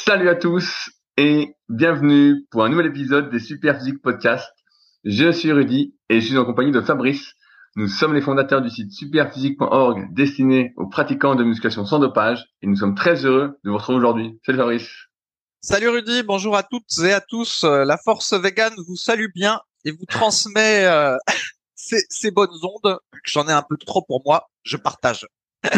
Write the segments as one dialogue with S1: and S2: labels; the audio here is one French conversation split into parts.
S1: Salut à tous et bienvenue pour un nouvel épisode des Super Physique Podcast. Je suis Rudy et je suis en compagnie de Fabrice. Nous sommes les fondateurs du site superphysique.org destiné aux pratiquants de musculation sans dopage et nous sommes très heureux de vous retrouver aujourd'hui. Salut Fabrice.
S2: Salut Rudy, bonjour à toutes et à tous. La force vegan vous salue bien et vous transmet ces bonnes ondes. J'en ai un peu trop pour moi, je partage.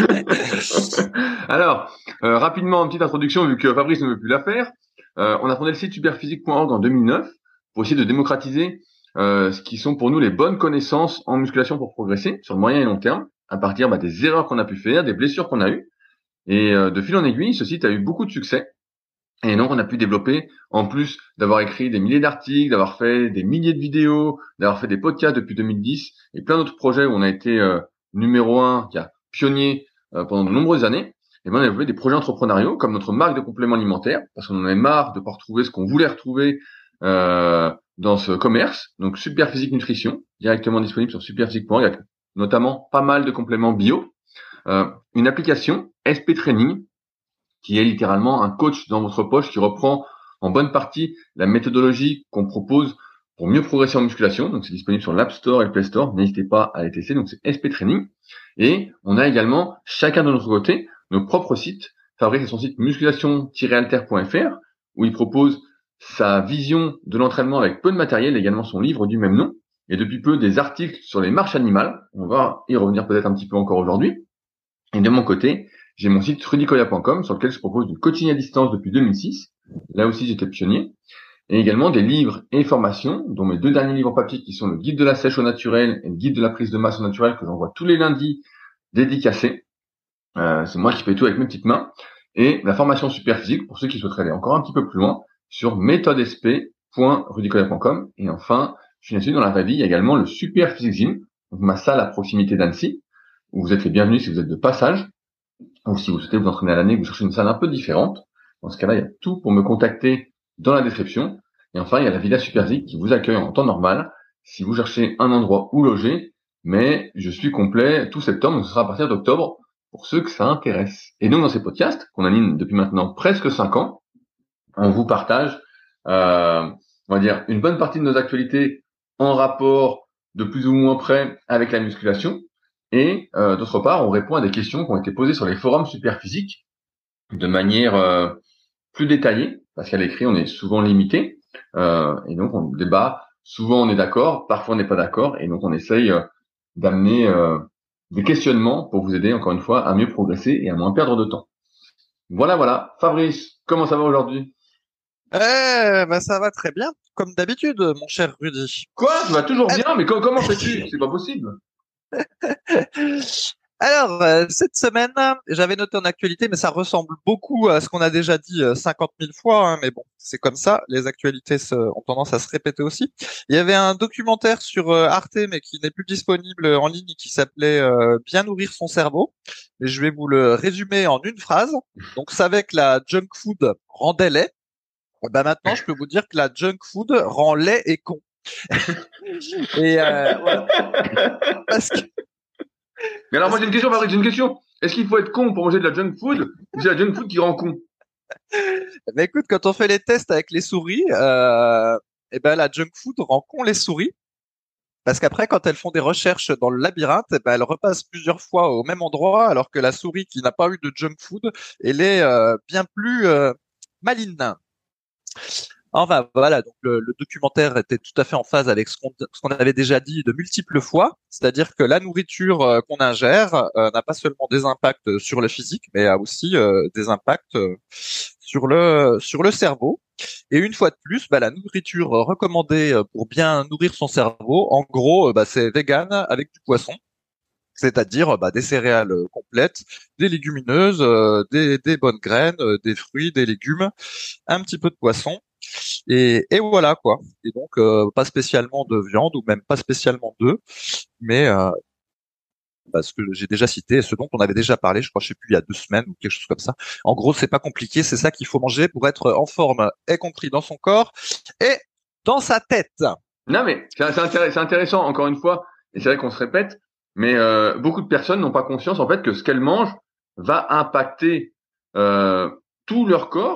S1: Alors, rapidement, une petite introduction vu que Fabrice ne veut plus la faire. On a fondé le site superphysique.org en 2009 pour essayer de démocratiser ce qui sont pour nous les bonnes connaissances en musculation pour progresser sur le moyen et long terme, à partir des erreurs qu'on a pu faire, des blessures qu'on a eues. Et de fil en aiguille, ce site a eu beaucoup de succès. Et donc, on a pu développer, en plus d'avoir écrit des milliers d'articles, d'avoir fait des milliers de vidéos, d'avoir fait des podcasts depuis 2010 et plein d'autres projets où on a été numéro un, qui a pionnier pendant de nombreuses années. Et ben, on a développé des projets entrepreneuriaux comme notre marque de compléments alimentaires parce qu'on en avait marre de pas retrouver ce qu'on voulait retrouver dans ce commerce. Donc, Superphysique Nutrition, directement disponible sur superphysique.org, avec notamment pas mal de compléments bio. Une application, SP Training, qui est littéralement un coach dans votre poche qui reprend en bonne partie la méthodologie qu'on propose pour mieux progresser en musculation. Donc, c'est disponible sur l'App Store et le Play Store. N'hésitez pas à les tester. Donc, c'est SP Training. Et on a également, chacun de notre côté, nos propres sites. Fabrice a son site musculation-alter.fr où il propose sa vision de l'entraînement avec peu de matériel, également son livre du même nom. Et depuis peu, des articles sur les marches animales. On va y revenir peut-être un petit peu encore aujourd'hui. Et de mon côté, j'ai mon site rudykoya.com sur lequel je propose du coaching à distance depuis 2006. Là aussi, j'étais pionnier. Et également des livres et formations, dont mes deux derniers livres en papier qui sont le guide de la sèche au naturel et le guide de la prise de masse au naturel que j'envoie tous les lundis dédicacés. C'est moi qui fais tout avec mes petites mains. Et la formation super physique pour ceux qui souhaiteraient aller encore un petit peu plus loin sur méthodesp.rudykoya.com. Et enfin, je suis là-dessus dans la vraie vie, il y a également le Super Physique Gym, donc ma salle à proximité d'Annecy, où vous êtes les bienvenus si vous êtes de passage. Ou si vous souhaitez vous entraîner à l'année, que vous cherchez une salle un peu différente, dans ce cas-là, il y a tout pour me contacter dans la description. Et enfin, il y a la Villa Superphysique qui vous accueille en temps normal si vous cherchez un endroit où loger. Mais je suis complet tout septembre, donc ce sera à partir d'octobre pour ceux que ça intéresse. Et donc, dans ces podcasts, qu'on anime depuis maintenant presque 5 ans, on vous partage, on va dire, une bonne partie de nos actualités en rapport de plus ou moins près avec la musculation. Et d'autre part, on répond à des questions qui ont été posées sur les forums Superphysique de manière plus détaillée, parce qu'à l'écrit, on est souvent limité. Et donc, on débat. Souvent, on est d'accord, parfois, on n'est pas d'accord. Et donc, on essaye d'amener des questionnements pour vous aider, encore une fois, à mieux progresser et à moins perdre de temps. Voilà. Fabrice, comment ça va aujourd'hui?
S2: Ça va très bien, comme d'habitude, mon cher Rudy.
S1: Quoi? Ça va toujours bien, mais comment fais-tu? C'est pas possible.
S2: Alors, cette semaine, j'avais noté en actualité, mais ça ressemble beaucoup à ce qu'on a déjà dit 50 000 fois, hein, mais bon, c'est comme ça, les actualités ont tendance à se répéter aussi. Il y avait un documentaire sur Arte, mais qui n'est plus disponible en ligne, qui s'appelait Bien nourrir son cerveau. Et je vais vous le résumer en une phrase. Donc, savait que la junk food rendait laid. Bah maintenant, je peux vous dire que la junk food rend laid et con. Et voilà. Parce que
S1: Mais alors moi j'ai une question, Fabrice, j'ai une question. Est-ce qu'il faut être con pour manger de la junk food ou c'est la junk food qui rend con?
S2: bah écoute, quand on fait les tests avec les souris, et ben la junk food rend con les souris. Parce qu'après, quand elles font des recherches dans le labyrinthe, eh ben, elles repassent plusieurs fois au même endroit, alors que la souris qui n'a pas eu de junk food, elle est bien plus maligne. Enfin voilà, donc le documentaire était tout à fait en phase avec ce qu'on avait déjà dit de multiples fois, c'est-à-dire que la nourriture qu'on ingère n'a pas seulement des impacts sur le physique, mais a aussi des impacts sur le cerveau. Et une fois de plus, la nourriture recommandée pour bien nourrir son cerveau, en gros, c'est vegan avec du poisson. C'est-à-dire des céréales complètes, des légumineuses, des bonnes graines, des fruits, des légumes, un petit peu de poisson. Et voilà quoi. Et donc pas spécialement de viande ou même pas spécialement d'œufs, mais ce que j'ai déjà cité, ce dont on avait déjà parlé, je crois, je sais plus, il y a 2 semaines ou quelque chose comme ça. En gros, c'est pas compliqué, c'est ça qu'il faut manger pour être en forme, y compris dans son corps et dans sa tête.
S1: Non mais c'est intéressant encore une fois, et c'est vrai qu'on se répète, mais beaucoup de personnes n'ont pas conscience en fait que ce qu'elles mangent va impacter tout leur corps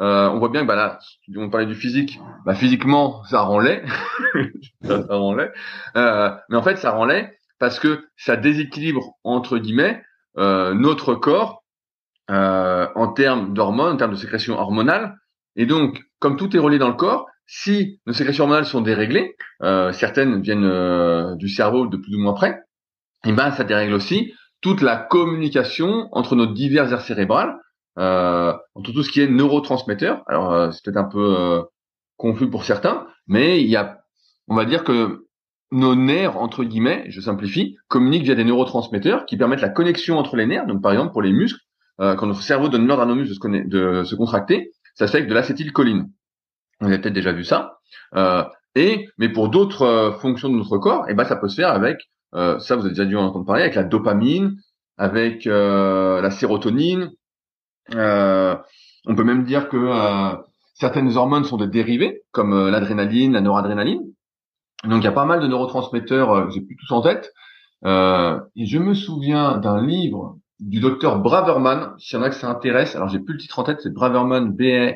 S1: On voit bien que là, on parlait du physique, physiquement, ça rend laid. ça rend laid. Mais en fait, ça rend laid parce que ça déséquilibre, entre guillemets, notre corps en termes d'hormones, en termes de sécrétion hormonale. Et donc, comme tout est relié dans le corps, si nos sécrétions hormonales sont déréglées, certaines viennent du cerveau de plus ou moins près, et ça dérègle aussi toute la communication entre nos diverses aires cérébrales, entre tout ce qui est neurotransmetteurs. Alors, c'est peut-être un peu confus pour certains, mais on va dire que nos nerfs, entre guillemets, je simplifie, communiquent via des neurotransmetteurs qui permettent la connexion entre les nerfs. Donc, par exemple, pour les muscles, quand notre cerveau donne l'ordre à nos muscles de se contracter, ça se fait avec de l'acétylcholine. Vous avez peut-être déjà vu ça. Mais pour d'autres fonctions de notre corps, ça peut se faire avec, ça vous avez déjà dû en entendre parler, avec la dopamine, avec la sérotonine. On peut même dire que certaines hormones sont des dérivés, comme l'adrénaline, la noradrénaline. Donc il y a pas mal de neurotransmetteurs, j'ai plus tous en tête. Et je me souviens d'un livre du docteur Braverman, s'il y en a que ça intéresse. Alors j'ai plus le titre en tête, c'est Braverman,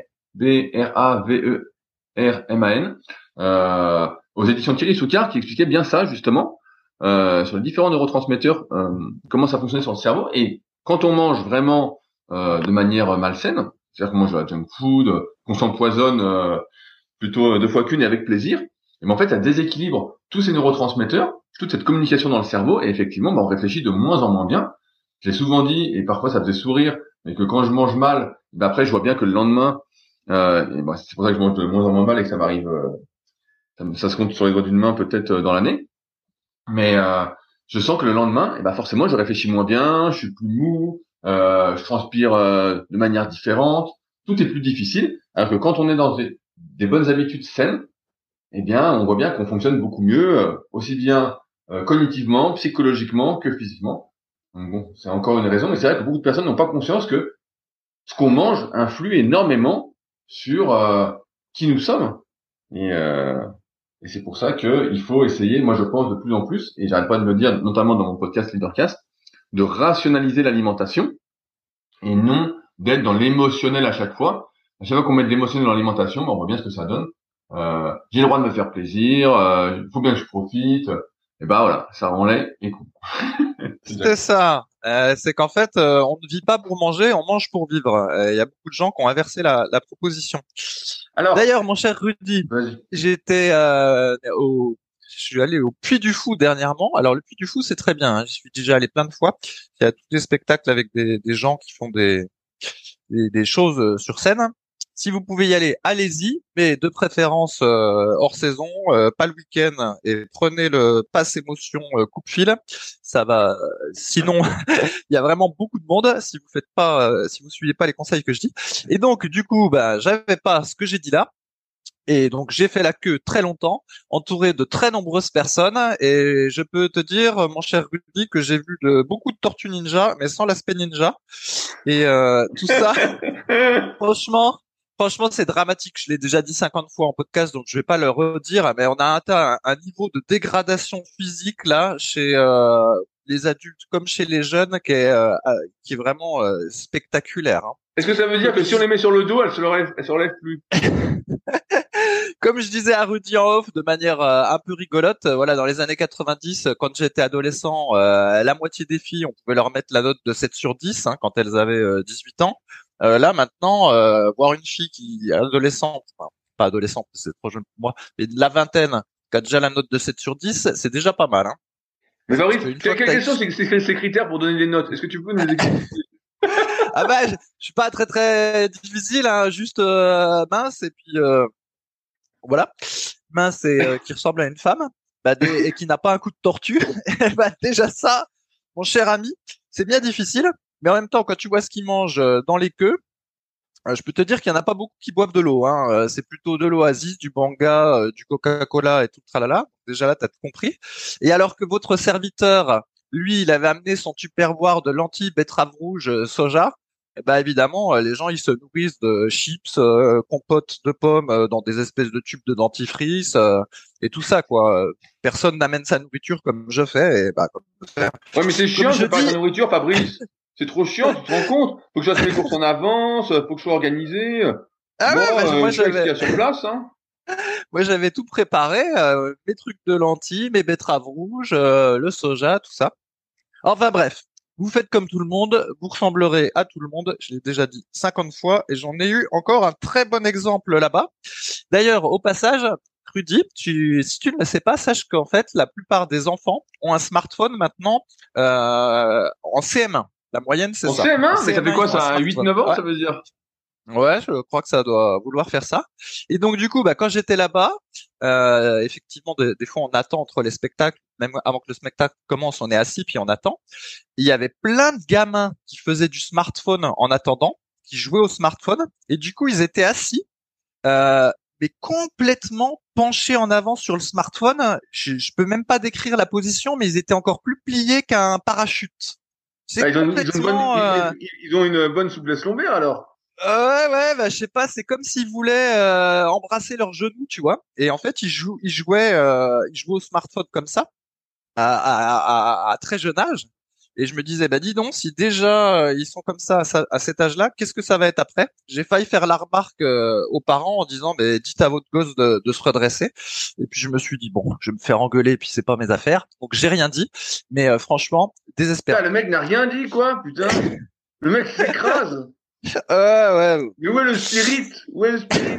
S1: Braverman, aux éditions Thierry Soucard, qui expliquait bien ça justement, sur les différents neurotransmetteurs, comment ça fonctionnait sur le cerveau. Et quand on mange vraiment de manière malsaine, c'est-à-dire qu'on mange de la junk food, qu'on s'empoisonne plutôt deux fois qu'une et avec plaisir, et en fait ça déséquilibre tous ces neurotransmetteurs, toute cette communication dans le cerveau, et effectivement on réfléchit de moins en moins bien. Je l'ai souvent dit, et parfois ça faisait sourire, mais que quand je mange mal, après je vois bien que le lendemain, c'est pour ça que je mange de moins en moins mal et que ça m'arrive, ça se compte sur les doigts d'une main peut-être dans l'année, mais je sens que le lendemain, forcément je réfléchis moins bien, je suis plus mou, je transpire de manière différente, tout est plus difficile, alors que quand on est dans des bonnes habitudes saines, on voit bien qu'on fonctionne beaucoup mieux, aussi bien cognitivement, psychologiquement que physiquement. Donc bon, c'est encore une raison, mais c'est vrai que beaucoup de personnes n'ont pas conscience que ce qu'on mange influe énormément sur qui nous sommes. Et c'est pour ça que il faut essayer, moi je pense de plus en plus, et j'arrête pas de le dire, notamment dans mon podcast Leadercast, de rationaliser l'alimentation et non d'être dans l'émotionnel à chaque fois. À chaque fois qu'on met de l'émotionnel dans l'alimentation, on voit bien ce que ça donne. J'ai le droit de me faire plaisir, faut bien que je profite. Et voilà, ça rend laid et cool.
S2: C'est ça. C'est qu'en fait, on ne vit pas pour manger, on mange pour vivre. Il y a beaucoup de gens qui ont inversé la proposition. Alors, d'ailleurs, mon cher Rudy, j'étais je suis allé au Puy du Fou dernièrement. Alors, le Puy du Fou, c'est très bien. Je suis déjà allé plein de fois. Il y a tous des spectacles avec des gens qui font des choses sur scène. Si vous pouvez y aller, allez-y, mais de préférence hors saison, pas le week-end, et prenez le pass émotion coupe-fil. Ça va. Sinon, il y a vraiment beaucoup de monde si vous faites pas, si vous suivez pas les conseils que je dis. Et donc, du coup, j'avais pas ce que j'ai dit là. Et donc j'ai fait la queue très longtemps, entouré de très nombreuses personnes, et je peux te dire, mon cher Rudy, que j'ai vu beaucoup de tortues ninja, mais sans l'aspect ninja. Et tout ça, franchement, c'est dramatique. Je l'ai déjà dit 50 fois en podcast, donc je vais pas le redire, mais on a atteint un niveau de dégradation physique là chez les adultes comme chez les jeunes qui est vraiment spectaculaire. Hein.
S1: Est-ce que ça veut dire que si on les met sur le dos, elles se relèvent plus?
S2: Comme je disais à Rudy en off, de manière un peu rigolote, voilà, dans les années 90, quand j'étais adolescent, la moitié des filles, on pouvait leur mettre la note de 7 sur 10 quand elles avaient 18 ans. Là, maintenant, voir une fille qui est adolescente, enfin, pas adolescente, c'est trop jeune pour moi, mais de la vingtaine, qui a déjà la note de 7 sur 10, c'est déjà pas mal. Hein.
S1: Mais Fabrice, quelle question c'est ces critères pour donner des notes? Est-ce que tu peux nous expliquer?
S2: Je suis pas très très difficile, hein, juste mince et puis voilà, mince et qui ressemble à une femme, et qui n'a pas un coup de tortue. Déjà ça, mon cher ami, c'est bien difficile. Mais en même temps, quand tu vois ce qu'ils mangent dans les queues, je peux te dire qu'il y en a pas beaucoup qui boivent de l'eau. Hein. C'est plutôt de l'oasis, du Banga, du Coca-Cola et tout le tralala. Déjà là, t'as tout compris. Et alors que votre serviteur, lui, il avait amené son tupperware de lentilles, betteraves rouges, soja. Évidemment, les gens ils se nourrissent de chips, compotes de pommes dans des espèces de tubes de dentifrice et tout ça quoi. Personne n'amène sa nourriture comme je fais. Et comme je fais.
S1: Ouais, mais c'est chiant de parler de nourriture, Fabrice. C'est trop chiant, tu te rends compte? Faut que je fasse mes courses en avance, faut que je sois organisé.
S2: Ah ouais,
S1: Moi, je fais ce qu'il y a sur place, hein.
S2: moi j'avais tout préparé, mes trucs de lentilles, mes betteraves rouges, le soja, tout ça. Enfin bref, vous faites comme tout le monde, vous ressemblerez à tout le monde, je l'ai déjà dit 50 fois et j'en ai eu encore un très bon exemple là-bas. D'ailleurs, au passage, Rudy, si tu ne le sais pas, sache qu'en fait, la plupart des enfants ont un smartphone maintenant en CM1. La moyenne, c'est
S1: En
S2: ça. En
S1: CM1, mais ça fait
S2: CM1,
S1: quoi
S2: ils ont un
S1: ça, à
S2: smartphone.
S1: 8-9 ans,
S2: Ouais.
S1: ça veut dire?
S2: Ouais, je crois que ça doit vouloir faire ça. Et donc du coup, bah quand j'étais là-bas, effectivement, des fois on attend entre les spectacles, même avant que le spectacle commence, on est assis puis on attend. Il y avait plein de gamins qui faisaient du smartphone en attendant, qui jouaient au smartphone, et du coup ils étaient assis, euh, mais complètement penchés en avant sur le smartphone. Je peux même pas décrire la position, mais ils étaient encore plus pliés qu'un parachute.
S1: Bah,
S2: C'est complètement.
S1: ils ont une bonne souplesse lombaire, alors.
S2: Ouais, ouais, bah, je sais pas, c'est comme s'ils voulaient embrasser leurs genoux, tu vois. Et en fait, ils jouaient au smartphone comme ça à très jeune âge. Et je me disais, bah dis donc, si déjà ils sont comme ça à cet âge-là, qu'est-ce que ça va être après? J'ai failli faire la remarque aux parents en disant, mais dites à votre gosse de se redresser. Et puis je me suis dit, bon, je vais me faire engueuler, et puis c'est pas mes affaires. Donc j'ai rien dit, mais franchement,
S1: Putain,
S2: désespérant.
S1: le mec n'a rien dit, quoi, putain. Le mec s'écrase.
S2: Ouais.
S1: Mais où est le spirit? Où est le spirit?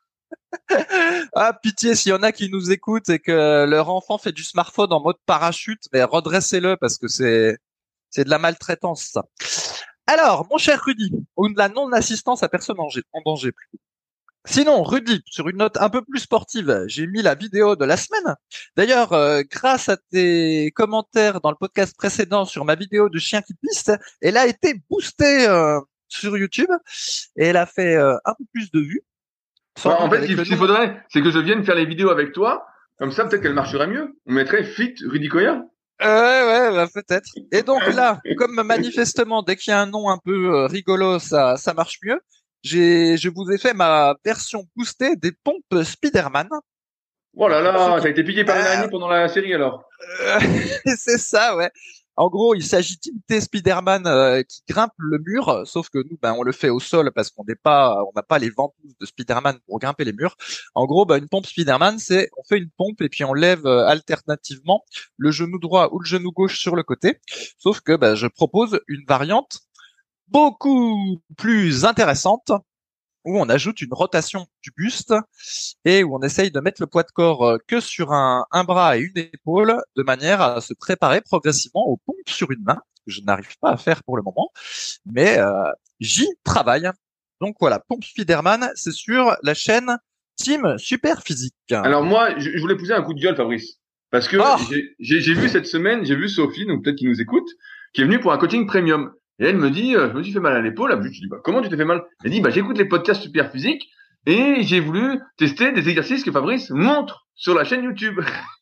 S2: Ah, pitié, s'il y en a qui nous écoutent et que leur enfant fait du smartphone en mode parachute, mais redressez-le parce que c'est de la maltraitance, ça. Alors, mon cher Rudy, ou de la non-assistance à personne en danger. Sinon, Rudy, sur une note un peu plus sportive, j'ai mis la vidéo de la semaine. D'ailleurs, grâce à tes commentaires dans le podcast précédent sur ma vidéo de chien qui piste, elle a été boostée sur YouTube et elle a fait un peu plus de vues, sans
S1: Bah, en
S2: doute
S1: fait,
S2: avec le
S1: ce qu'il
S2: nombre.
S1: faudrait, c'est que je vienne faire les vidéos avec toi. Comme ça, peut-être qu'elle marcherait mieux. On mettrait Fit Rudy Koya.
S2: Ouais, bah, peut-être. Et donc là, comme manifestement, dès qu'il y a un nom un peu rigolo, ça marche mieux, je vous ai fait ma version boostée des pompes Spider-Man.
S1: Oh là
S2: Donc pour ceux
S1: là,
S2: qui...
S1: t'as été piqué par une araignée
S2: Ah,
S1: pendant la série, alors.
S2: euh, c'est ça, ouais. En gros, il s'agit d'imiter Spider-Man qui grimpe le mur, sauf que nous, ben, on le fait au sol parce on n'a pas les ventouses de Spider-Man pour grimper les murs. En gros, ben, une pompe Spider-Man, c'est on fait une pompe et puis on lève alternativement le genou droit ou le genou gauche sur le côté. Sauf que ben, je propose une variante beaucoup plus intéressante où on ajoute une rotation du buste et où on essaye de mettre le poids de corps que sur un bras et une épaule de manière à se préparer progressivement aux pompes sur une main, que je n'arrive pas à faire pour le moment, mais j'y travaille. Donc voilà, pompe Spiderman, c'est sur la chaîne Team Super Physique.
S1: Alors moi, je voulais pousser un coup de gueule, Fabrice. Parce que
S2: Oh,
S1: j'ai vu cette semaine, j'ai vu Sophie, donc peut-être qu'il nous écoute, qui est venue pour un coaching premium. Et elle me dit, je me suis fait mal à l'épaule. Je lui dis, bah, comment tu t'es fait mal? Elle dit, bah, j'écoute les podcasts Super Physique et j'ai voulu tester des exercices que Fabrice montre sur la chaîne YouTube.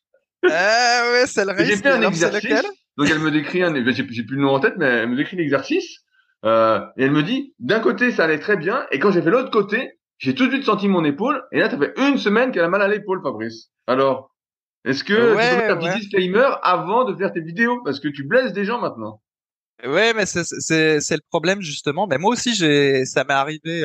S2: ouais, c'est le
S1: Et j'ai
S2: risque.
S1: fait un
S2: Alors c'est
S1: exercice.
S2: lequel?
S1: Donc elle me décrit j'ai plus le nom en tête, mais elle me décrit l'exercice. Et elle me dit, d'un côté, ça allait très bien. Et quand j'ai fait l'autre côté, j'ai tout de suite senti mon épaule. Et là, ça fait une semaine qu'elle a mal à l'épaule, Fabrice. Alors, est-ce que tu peux mettre
S2: Ouais,
S1: un petit
S2: ouais.
S1: disclaimer avant de faire tes vidéos? Parce que tu blesses des gens maintenant.
S2: Ouais, mais c'est le problème justement. Mais moi aussi ça m'est arrivé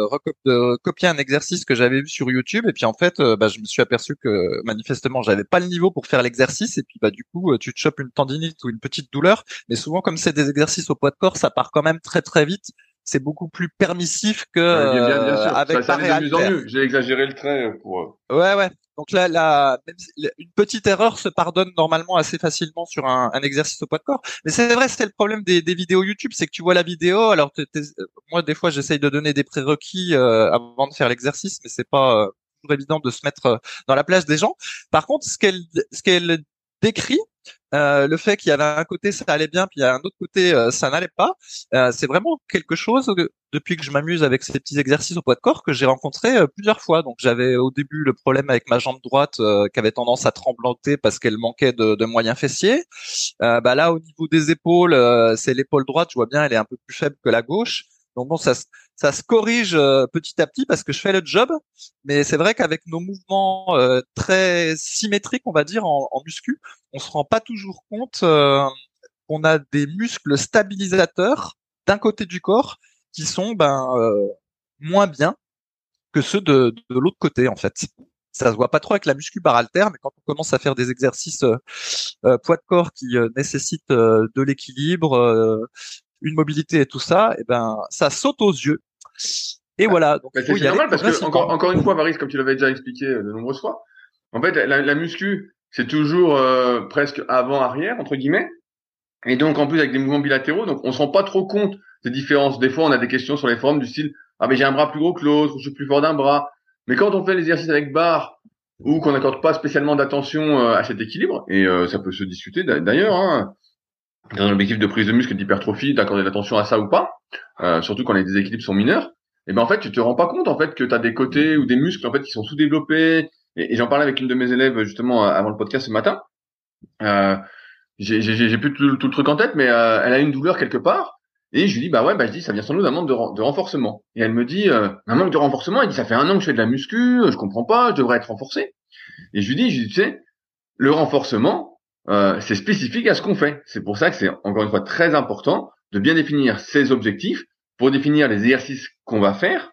S2: de copier un exercice que j'avais vu sur YouTube et puis en fait bah, je me suis aperçu que manifestement j'avais pas le niveau pour faire l'exercice et puis bah du coup tu te chopes une tendinite ou une petite douleur. Mais souvent comme c'est des exercices au poids de corps, ça part quand même très très vite. C'est beaucoup plus permissif que
S1: Bien sûr.
S2: avec
S1: Ça allait
S2: barre et
S1: de mieux en
S2: haltère.
S1: mieux. J'ai exagéré le trait pour.
S2: Ouais, ouais. Donc là, une petite erreur se pardonne normalement assez facilement sur un exercice au poids de corps. Mais c'est vrai, c'est le problème des vidéos YouTube, c'est que tu vois la vidéo. Alors moi, des fois, j'essaye de donner des prérequis avant de faire l'exercice, mais c'est pas toujours évident de se mettre dans la place des gens. Par contre, ce qu'elle décrit, le fait qu'il y avait un côté ça allait bien, puis il y a un autre côté ça n'allait pas, c'est vraiment quelque chose depuis que je m'amuse avec ces petits exercices au poids de corps que j'ai rencontré plusieurs fois. Donc j'avais au début le problème avec ma jambe droite qui avait tendance à trembloter parce qu'elle manquait de moyens fessiers. Bah là au niveau des épaules, c'est l'épaule droite, je vois bien, elle est un peu plus faible que la gauche. Donc bon, ça se corrige petit à petit parce que je fais le job, mais c'est vrai qu'avec nos mouvements très symétriques, on va dire en muscu, on se rend pas toujours compte qu'on a des muscles stabilisateurs d'un côté du corps qui sont moins bien que ceux de l'autre côté en fait. Ça se voit pas trop avec la muscu par haltère, mais quand on commence à faire des exercices poids de corps qui nécessitent de l'équilibre, une mobilité et tout ça, et ben ça saute aux yeux. Et voilà, donc il faut y
S1: C'est
S2: aller
S1: normal parce que
S2: progressivement.
S1: encore une fois, Varis, comme tu l'avais déjà expliqué de nombreuses fois, en fait, la muscu, c'est toujours presque avant-arrière entre guillemets, et donc en plus avec des mouvements bilatéraux, donc on se rend pas trop compte des différences. Des fois, on a des questions sur les forums du style ah mais j'ai un bras plus gros que l'autre, ou je suis plus fort d'un bras. Mais quand on fait l'exercice avec barre ou qu'on n'accorde pas spécialement d'attention à cet équilibre, et ça peut se discuter d'ailleurs, hein, dans l'objectif de prise de muscle et d'hypertrophie, d'accorder de l'attention à ça ou pas, surtout quand les déséquilibres sont mineurs, et ben en fait tu te rends pas compte en fait que tu as des côtés ou des muscles en fait qui sont sous-développés. Et j'en parlais avec une de mes élèves justement avant le podcast ce matin. Euh, j'ai plus tout le truc en tête, mais elle a une douleur quelque part. Et je lui dis bah ouais, bah je dis ça vient sans doute d'un manque de renforcement. Et elle me dit un manque de renforcement. Elle dit ça fait 1 an que je fais de la muscu, je comprends pas, je devrais être renforcé. Et je lui dis tu sais, le renforcement c'est spécifique à ce qu'on fait. C'est pour ça que c'est encore une fois très important de bien définir ses objectifs pour définir les exercices qu'on va faire,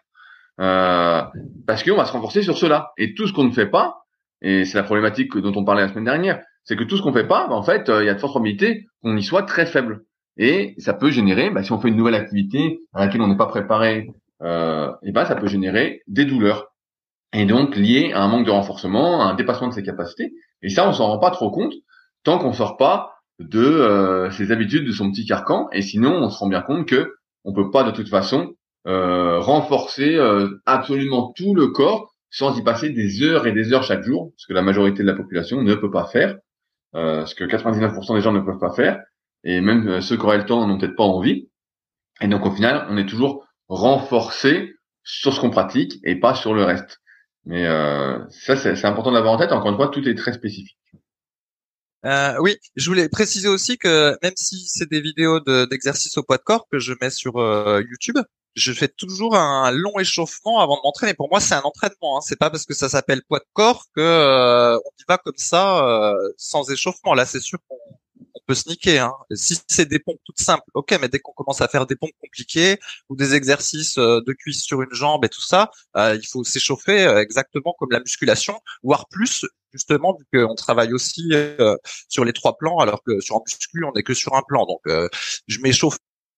S1: parce qu'on va se renforcer sur cela. Et tout ce qu'on ne fait pas, et c'est la problématique dont on parlait la semaine dernière, c'est que tout ce qu'on fait pas, bah, en fait, il y a de fortes probabilités qu'on y soit très faible. Et ça peut générer, bah, si on fait une nouvelle activité à laquelle on n'est pas préparé, et bah, ça peut générer des douleurs. Et donc lié à un manque de renforcement, à un dépassement de ses capacités. Et ça, on s'en rend pas trop compte tant qu'on sort pas de ses habitudes, de son petit carcan. Et sinon, on se rend bien compte que on peut pas de toute façon renforcer absolument tout le corps sans y passer des heures et des heures chaque jour, ce que la majorité de la population ne peut pas faire, ce que 99% des gens ne peuvent pas faire, et même ceux qui auraient le temps n'ont peut-être pas envie. Et donc au final, on est toujours renforcé sur ce qu'on pratique et pas sur le reste. Mais ça, c'est important d'avoir en tête. Encore une fois, tout est très spécifique.
S2: Oui, je voulais préciser aussi que même si c'est des vidéos d'exercices au poids de corps que je mets sur YouTube, je fais toujours un long échauffement avant de m'entraîner. Pour moi, c'est un entraînement. Hein. C'est pas parce que ça s'appelle poids de corps que on y va comme ça sans échauffement. Là, c'est sûr qu'on peut se niquer. Hein. Si c'est des pompes toutes simples, ok, mais dès qu'on commence à faire des pompes compliquées ou des exercices de cuisse sur une jambe et tout ça, il faut s'échauffer exactement comme la musculation, voire plus, justement, vu qu'on travaille aussi sur les 3 plans, alors que sur un muscu, on n'est que sur un plan. Donc, je m'échauffe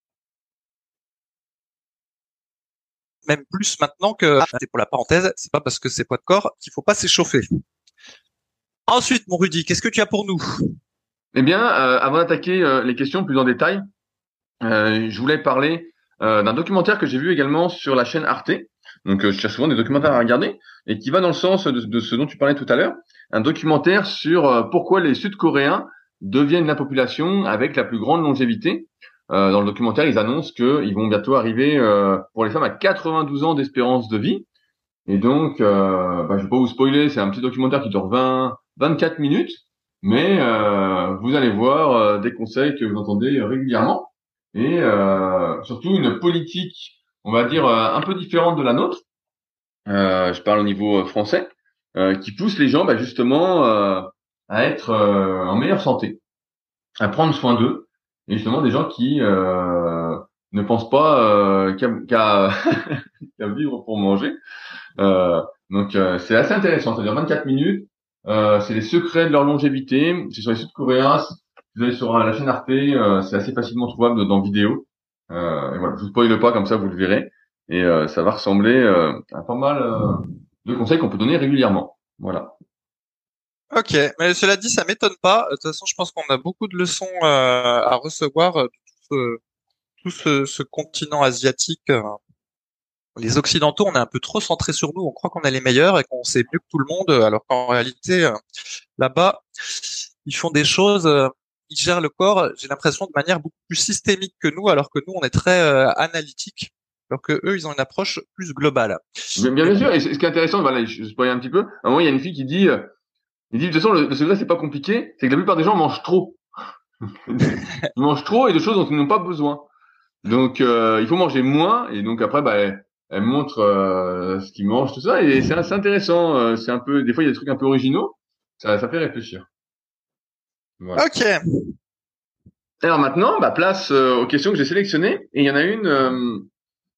S2: même plus maintenant que, c'est pour la parenthèse, c'est pas parce que c'est poids de corps qu'il faut pas s'échauffer. Ensuite, mon Rudy, qu'est-ce que tu as pour nous?
S1: Eh bien, avant d'attaquer les questions plus en détail, je voulais parler d'un documentaire que j'ai vu également sur la chaîne Arte. Donc, je cherche souvent des documentaires à regarder et qui va dans le sens de ce dont tu parlais tout à l'heure. Un documentaire sur pourquoi les Sud-Coréens deviennent la population avec la plus grande longévité. Dans le documentaire, ils annoncent qu'ils vont bientôt arriver pour les femmes à 92 ans d'espérance de vie. Et donc, je vais pas vous spoiler, c'est un petit documentaire qui dure 24 minutes, mais vous allez voir des conseils que vous entendez régulièrement et surtout une politique, on va dire, un peu différente de la nôtre. Je parle au niveau français, qui pousse les gens justement à être en meilleure santé, à prendre soin d'eux, et justement des gens qui ne pensent pas qu'à qu'à vivre pour manger. Donc c'est assez intéressant, c'est-à-dire 24 minutes, c'est les secrets de leur longévité, c'est sur les Sud-Coréens, si vous allez sur la chaîne Arte, c'est assez facilement trouvable dans vidéo, et voilà, je vous spoile pas, comme ça vous le verrez, et ça va ressembler à pas mal de conseils qu'on peut donner régulièrement, voilà.
S2: Ok, mais cela dit, ça m'étonne pas. De toute façon, je pense qu'on a beaucoup de leçons à recevoir de tout ce continent asiatique. Les Occidentaux, on est un peu trop centrés sur nous. On croit qu'on est les meilleurs et qu'on sait mieux que tout le monde, alors qu'en réalité, là-bas, ils font des choses, ils gèrent le corps, j'ai l'impression, de manière beaucoup plus systémique que nous, alors que nous, on est très analytique, alors que eux, ils ont une approche plus globale.
S1: Bien sûr, et ce qui est intéressant, voilà, je spoil un petit peu, à un moment, il y a une fille qui dit, il dit, de toute façon, le secret, c'est pas compliqué, c'est que la plupart des gens mangent trop. Ils mangent trop et de choses dont ils n'ont pas besoin. Donc, il faut manger moins, et donc après, elle montre ce qu'ils mangent, tout ça, et c'est assez intéressant. C'est un peu, des fois, il y a des trucs un peu originaux. Ça fait réfléchir. Voilà.
S2: Ok.
S1: Alors maintenant, place aux questions que j'ai sélectionnées, et il y en a une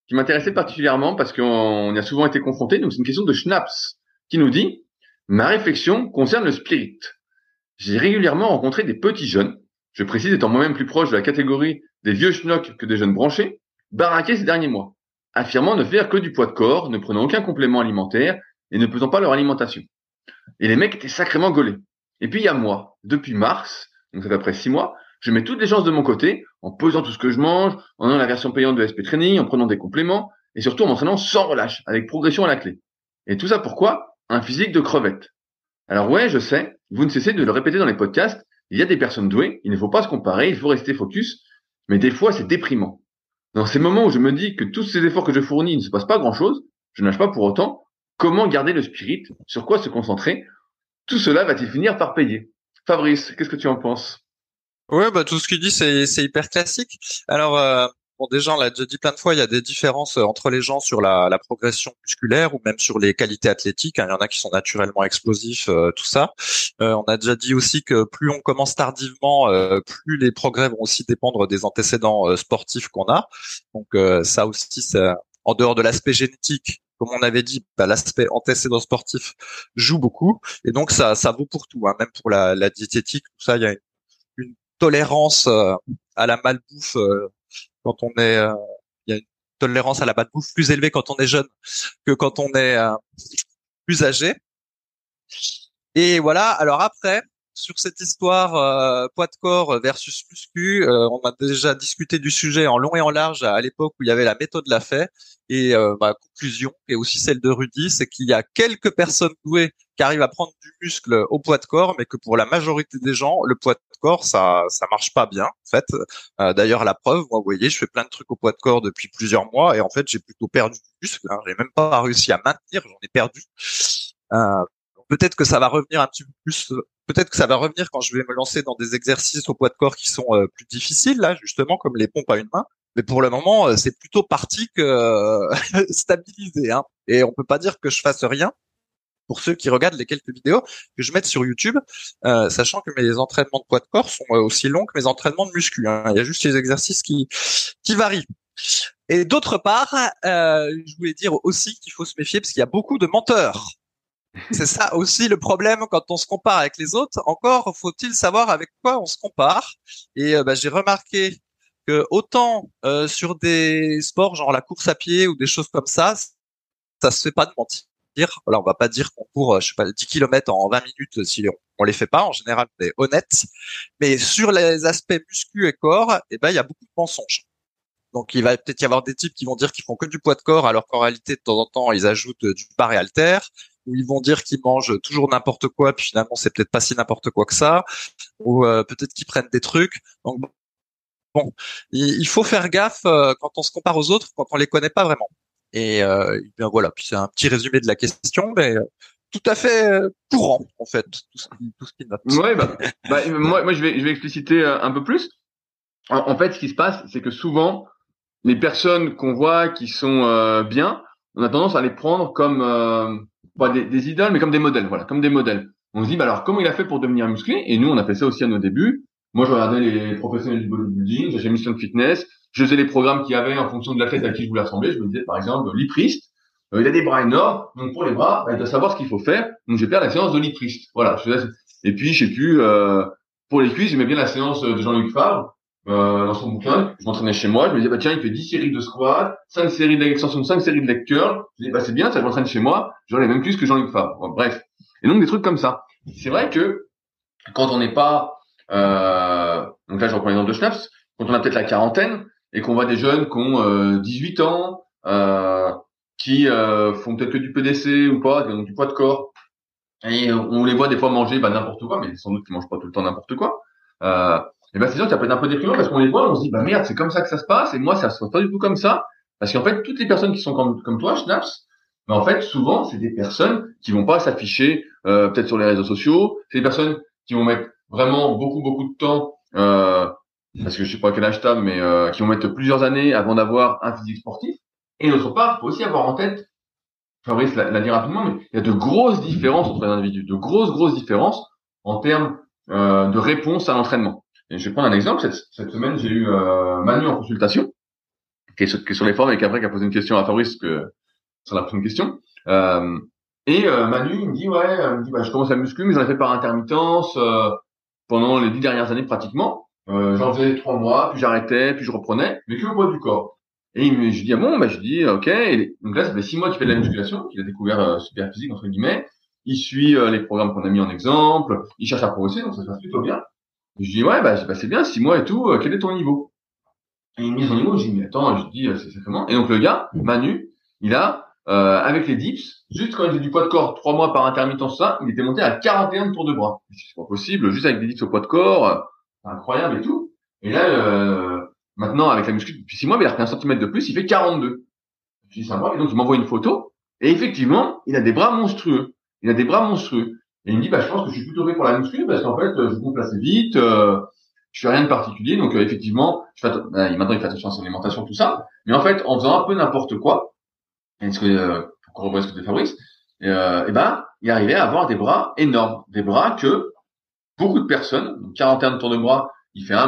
S1: qui m'intéressait particulièrement parce qu'on y a souvent été confronté. Donc c'est une question de Schnaps qui nous dit: ma réflexion concerne le spirit. J'ai régulièrement rencontré des petits jeunes, je précise étant moi-même plus proche de la catégorie des vieux schnocks que des jeunes branchés, baraqués ces derniers mois, affirmant ne faire que du poids de corps, ne prenant aucun complément alimentaire et ne pesant pas leur alimentation. Et les mecs étaient sacrément gaulés. Et puis il y a moi, depuis mars, donc c'est à peu près 6 mois, je mets toutes les chances de mon côté, en pesant tout ce que je mange, en ayant la version payante de SP Training, en prenant des compléments, et surtout en m'entraînant sans relâche, avec progression à la clé. Et tout ça pourquoi? Un physique de crevette. Alors ouais, je sais, vous ne cessez de le répéter dans les podcasts, il y a des personnes douées, il ne faut pas se comparer, il faut rester focus, mais des fois c'est déprimant. Dans ces moments où je me dis que tous ces efforts que je fournis, il ne se passe pas grand-chose, je ne lâche pas pour autant, comment garder le spirit? Sur quoi se concentrer? Tout cela va-t-il finir par payer? Fabrice, qu'est-ce que tu en penses?
S2: Ouais, bah tout ce qu'il dit, c'est hyper classique. Alors, bon, déjà, on l'a déjà dit plein de fois, il y a des différences entre les gens sur la progression musculaire ou même sur les qualités athlétiques, hein. Il y en a qui sont naturellement explosifs, tout ça. On a déjà dit aussi que plus on commence tardivement, plus les progrès vont aussi dépendre des antécédents sportifs qu'on a. Donc ça aussi, en dehors de l'aspect génétique, comme on avait dit, bah, l'aspect antécédent sportif joue beaucoup. Et donc ça vaut pour tout, hein. Même pour la diététique, tout ça, il y a une tolérance à la malbouffe quand on est il y a une tolérance à la malbouffe plus élevée quand on est jeune que quand on est plus âgé. Et voilà, alors après sur cette histoire poids de corps versus muscu, on a déjà discuté du sujet en long et en large à l'époque où il y avait la méthode Lafay. Et ma conclusion, et aussi celle de Rudy, c'est qu'il y a quelques personnes douées qui arrivent à prendre du muscle au poids de corps, mais que pour la majorité des gens, le poids de corps, ça marche pas bien, en fait. D'ailleurs, la preuve, moi, vous voyez, je fais plein de trucs au poids de corps depuis plusieurs mois, et en fait, j'ai plutôt perdu du muscle, hein. J'ai même pas réussi à maintenir, j'en ai perdu. Euh, peut-être que ça va revenir un petit peu plus. Peut-être que ça va revenir quand je vais me lancer dans des exercices au poids de corps qui sont plus difficiles, là, justement, comme les pompes à une main. Mais pour le moment, c'est plutôt parti que stabilisé, hein. Et on peut pas dire que je fasse rien pour ceux qui regardent les quelques vidéos que je mets sur YouTube, sachant que mes entraînements de poids de corps sont aussi longs que mes entraînements de muscu, hein. Il y a juste les exercices qui varient. Et d'autre part, je voulais dire aussi qu'il faut se méfier parce qu'il y a beaucoup de menteurs. C'est ça aussi le problème quand on se compare avec les autres. Encore faut-il savoir avec quoi on se compare. Et j'ai remarqué que autant sur des sports genre la course à pied ou des choses comme ça se fait pas de mentir. Alors on va pas dire qu'on court, je sais pas, 10 kilomètres en 20 minutes si on les fait pas. En général, on est honnête. Mais sur les aspects muscu et corps, il y a beaucoup de mensonges. Donc il va peut-être y avoir des types qui vont dire qu'ils font que du poids de corps, alors qu'en réalité de temps en temps ils ajoutent du bar et halter, ou ils vont dire qu'ils mangent toujours n'importe quoi, puis finalement c'est peut-être pas si n'importe quoi que ça, ou peut-être qu'ils prennent des trucs. Donc bon, il faut faire gaffe quand on se compare aux autres, quand on les connaît pas vraiment. Et bien voilà, puis c'est un petit résumé de la question, mais tout à fait courant en fait, tout ce qui note.
S1: Ouais, moi je vais expliciter un peu plus. En fait, ce qui se passe, c'est que souvent, les personnes qu'on voit qui sont bien, on a tendance à les prendre comme pas des idoles, mais comme des modèles, voilà, comme des modèles. On se dit, bah alors, comment il a fait pour devenir musclé? Et nous, on a fait ça aussi à nos débuts. Moi, je regardais les professionnels du bodybuilding, j'ai Mission Fitness, je faisais les programmes qu'il y avait en fonction de l'athlète à qui je voulais assembler. Je me disais, par exemple, Lee Priest, il a des bras énormes, donc pour les bras, bah, il doit savoir ce qu'il faut faire. Donc, je vais faire la séance de Lee Priest. Voilà. Et puis, je sais plus, pour les cuisses, j'aimais bien la séance de Jean-Luc Favre. Dans son bouquin, je m'entraînais chez moi, je me disais, bah tiens, il fait 10 séries de squat, 5 séries de leg extension, 5 séries de leg curl. Je me disais, bah c'est bien, ça je m'entraîne chez moi, j'aurai les mêmes cuisses que Jean-Luc Favre. Bon, bref. Et donc des trucs comme ça. C'est vrai que quand on n'est pas, donc là je reprends l'exemple de Schnaps, quand on a peut-être la quarantaine et qu'on voit des jeunes qui ont 18 ans, qui font peut-être que du PDC ou pas, donc du poids de corps, et on les voit des fois manger n'importe quoi, mais sans doute qu'ils mangent pas tout le temps n'importe quoi. Et ben c'est sûr que ça peut être un peu déprimant parce qu'on les voit, on se dit bah merde, c'est comme ça que ça se passe et moi ça se passe pas du tout comme ça parce qu'en fait toutes les personnes qui sont comme toi, Schnaps, mais en fait souvent c'est des personnes qui vont pas s'afficher peut-être sur les réseaux sociaux, c'est des personnes qui vont mettre vraiment beaucoup de temps parce que je sais pas quel âge t'as mais qui vont mettre plusieurs années avant d'avoir un physique sportif. Et d'autre part, faut aussi avoir en tête, Fabrice l'a dit rapidement, mais il y a de grosses différences entre les individus, de grosses différences en termes de réponse à l'entraînement. Et je vais prendre un exemple. Cette semaine, j'ai eu Manu en consultation. qui est sur les forums et qui a posé une question à Fabrice sur la prochaine question. Manu, il me dit, je commence la muscu, mais j'en ai fait par intermittence, pendant les 10 dernières années pratiquement. J'en faisais 3 mois, puis j'arrêtais, puis je reprenais, mais que au poids du corps. Et je dis, je dis, ok. Et donc là, ça fait 6 mois qu'il fait de la musculation, qu'il a découvert Super Physique, entre guillemets. Il suit les programmes qu'on a mis en exemple, il cherche à progresser, donc ça se passe plutôt bien. Et je dis, c'est bien, 6 mois et tout, quel est ton niveau? Et il me dit son niveau, je dis, mais attends, c'est comment? Et donc le gars, Manu, il a, avec les dips, juste quand il faisait du poids de corps, 3 mois par intermittence, ça, il était monté à 41 tours de bras. Je dis, c'est pas possible, juste avec des dips au poids de corps, c'est incroyable et tout. Et là, maintenant, avec la muscu, depuis 6 mois, il a repris 1 centimètre de plus, il fait 42. Je dis, sympa. Et donc, il m'envoie une photo. Et effectivement, il a des bras monstrueux. Et il me dit, je pense que je suis plutôt fait pour la muscu, parce qu'en fait, je gonfle assez vite, je fais rien de particulier. Donc, effectivement, maintenant, il fait attention à son alimentation, tout ça. Mais en fait, en faisant un peu n'importe quoi, pour reprendre ce que dit Fabrice, il arrivait à avoir des bras énormes. Des bras que beaucoup de personnes, donc 41 tours de bras, il fait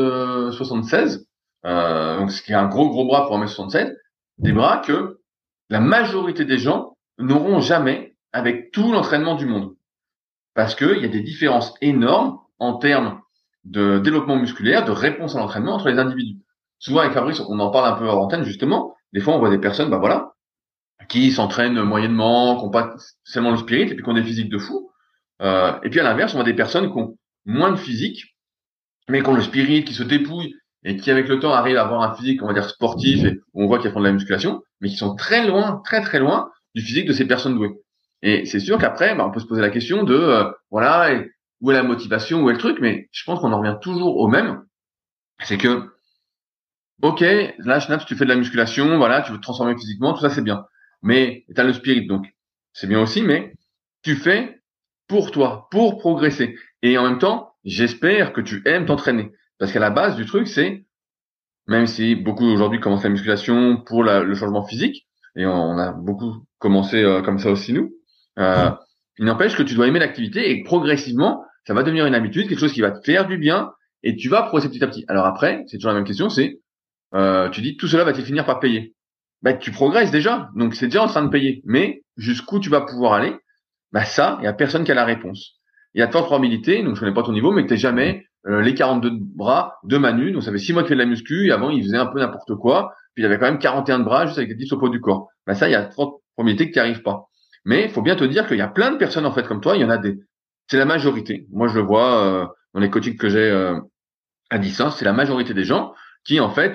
S1: 1m76, donc ce qui est un gros bras pour 1m67, des bras que la majorité des gens n'auront jamais avec tout l'entraînement du monde. Parce que il y a des différences énormes en termes de développement musculaire, de réponse à l'entraînement entre les individus. Souvent avec Fabrice, on en parle un peu hors antenne justement, des fois on voit des personnes, qui s'entraînent moyennement, qui n'ont pas seulement le spirit, et puis qui ont des physiques de fou. Et puis à l'inverse, on voit des personnes qui ont moins de physique, mais qui ont le spirit, qui se dépouillent, et qui avec le temps arrivent à avoir un physique, on va dire, sportif, et où on voit qu'ils font de la musculation, mais qui sont très loin du physique de ces personnes douées. Et c'est sûr qu'après, on peut se poser la question de, où est la motivation, où est le truc, mais je pense qu'on en revient toujours au même. C'est que, ok, là, Schnaps, tu fais de la musculation, tu veux te transformer physiquement, tout ça, c'est bien. Mais t'as le spirit, donc c'est bien aussi, mais tu fais pour toi, pour progresser. Et en même temps, j'espère que tu aimes t'entraîner. Parce qu'à la base du truc, c'est, même si beaucoup aujourd'hui commencent la musculation pour le changement physique, et on a beaucoup commencé comme ça aussi nous, il n'empêche que tu dois aimer l'activité et progressivement, ça va devenir une habitude, quelque chose qui va te faire du bien, et tu vas progresser petit à petit. Alors après, c'est toujours la même question, c'est, tu dis, tout cela va-t-il finir par payer? Tu progresses déjà, donc c'est déjà en train de payer. Mais jusqu'où tu vas pouvoir aller, ça, il y a personne qui a la réponse. Il y a de fortes probabilités, donc je connais pas ton niveau, mais que t'aies jamais les 42 bras de Manu. Donc ça fait 6 mois qu'il fait de la muscu, et avant il faisait un peu n'importe quoi, puis il avait quand même 41 de bras juste avec des dips au poids du corps. Ça, il y a de fortes probabilités que tu n'y arrives pas. Mais il faut bien te dire qu'il y a plein de personnes en fait comme toi, il y en a c'est la majorité. Moi je le vois dans les coachings que j'ai à distance, c'est la majorité des gens qui en fait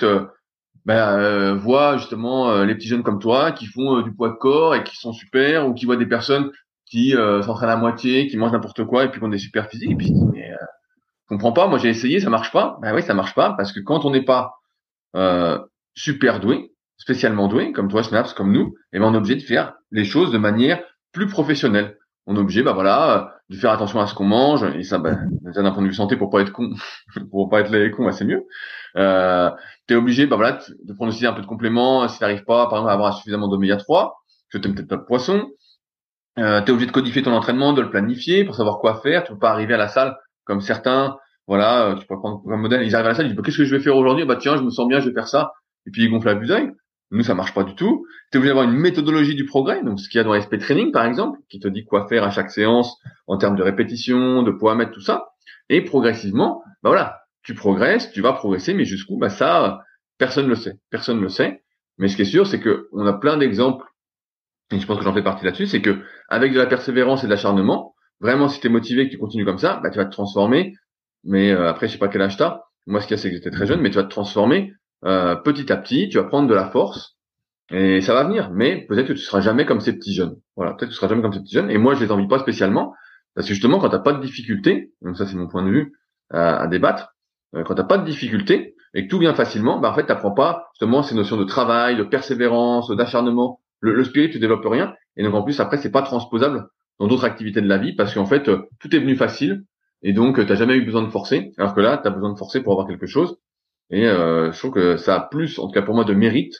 S1: voient justement les petits jeunes comme toi qui font du poids de corps et qui sont super, ou qui voient des personnes qui s'entraînent à moitié, qui mangent n'importe quoi et puis qui ont des super physiques, et puis je comprends pas, moi j'ai essayé, ça marche pas. Oui, ça marche pas, parce que quand on n'est pas super doué, spécialement doué, comme toi Snaps, comme nous, on est obligé de faire les choses de manière plus professionnelle. On est obligé de faire attention à ce qu'on mange, et ça d'un point de vue santé, pour pas être con pour pas être les cons, c'est mieux. T'es obligé de prendre aussi un peu de compléments si t'arrives pas par exemple à avoir suffisamment d'oméga 3, que t'aimes peut-être pas le poisson. T'es obligé de codifier ton entraînement, de le planifier pour savoir quoi faire. Tu peux pas arriver à la salle comme certains, tu peux prendre comme modèle, ils arrivent à la salle, ils disent qu'est-ce que je vais faire aujourd'hui? Tiens, je me sens bien, je vais faire ça, et puis ils gonflent la besogne. Nous, ça marche pas du tout. T'es obligé d'avoir une méthodologie du progrès, donc ce qu'il y a dans SP Training par exemple, qui te dit quoi faire à chaque séance en termes de répétition, de poids à mettre, tout ça. Et progressivement, tu progresses, tu vas progresser, mais jusqu'où? Ça, personne le sait. Mais ce qui est sûr, c'est que on a plein d'exemples, et je pense que j'en fais partie là-dessus, c'est que avec de la persévérance et de l'acharnement, vraiment, si t'es motivé, que tu continues comme ça, tu vas te transformer. Mais après, je sais pas quel âge t'as. Moi, ce qu'il y a, c'est que j'étais très jeune, mais tu vas te transformer petit à petit. Tu vas prendre de la force et ça va venir. Mais peut-être que tu seras jamais comme ces petits jeunes. Voilà, peut-être que tu seras jamais comme ces petits jeunes. Et moi, je les envie pas spécialement, parce que justement, quand t'as pas de difficulté, donc ça, c'est mon point de vue à débattre. Quand t'as pas de difficulté et que tout vient facilement, en fait, t'apprends pas justement ces notions de travail, de persévérance, d'acharnement. Le spirit, tu développes rien. Et donc en plus, après, c'est pas transposable dans d'autres activités de la vie, parce qu'en fait, tout est venu facile, et donc t'as jamais eu besoin de forcer, alors que là, t'as besoin de forcer pour avoir quelque chose. Et je trouve que ça a plus, en tout cas pour moi, de mérite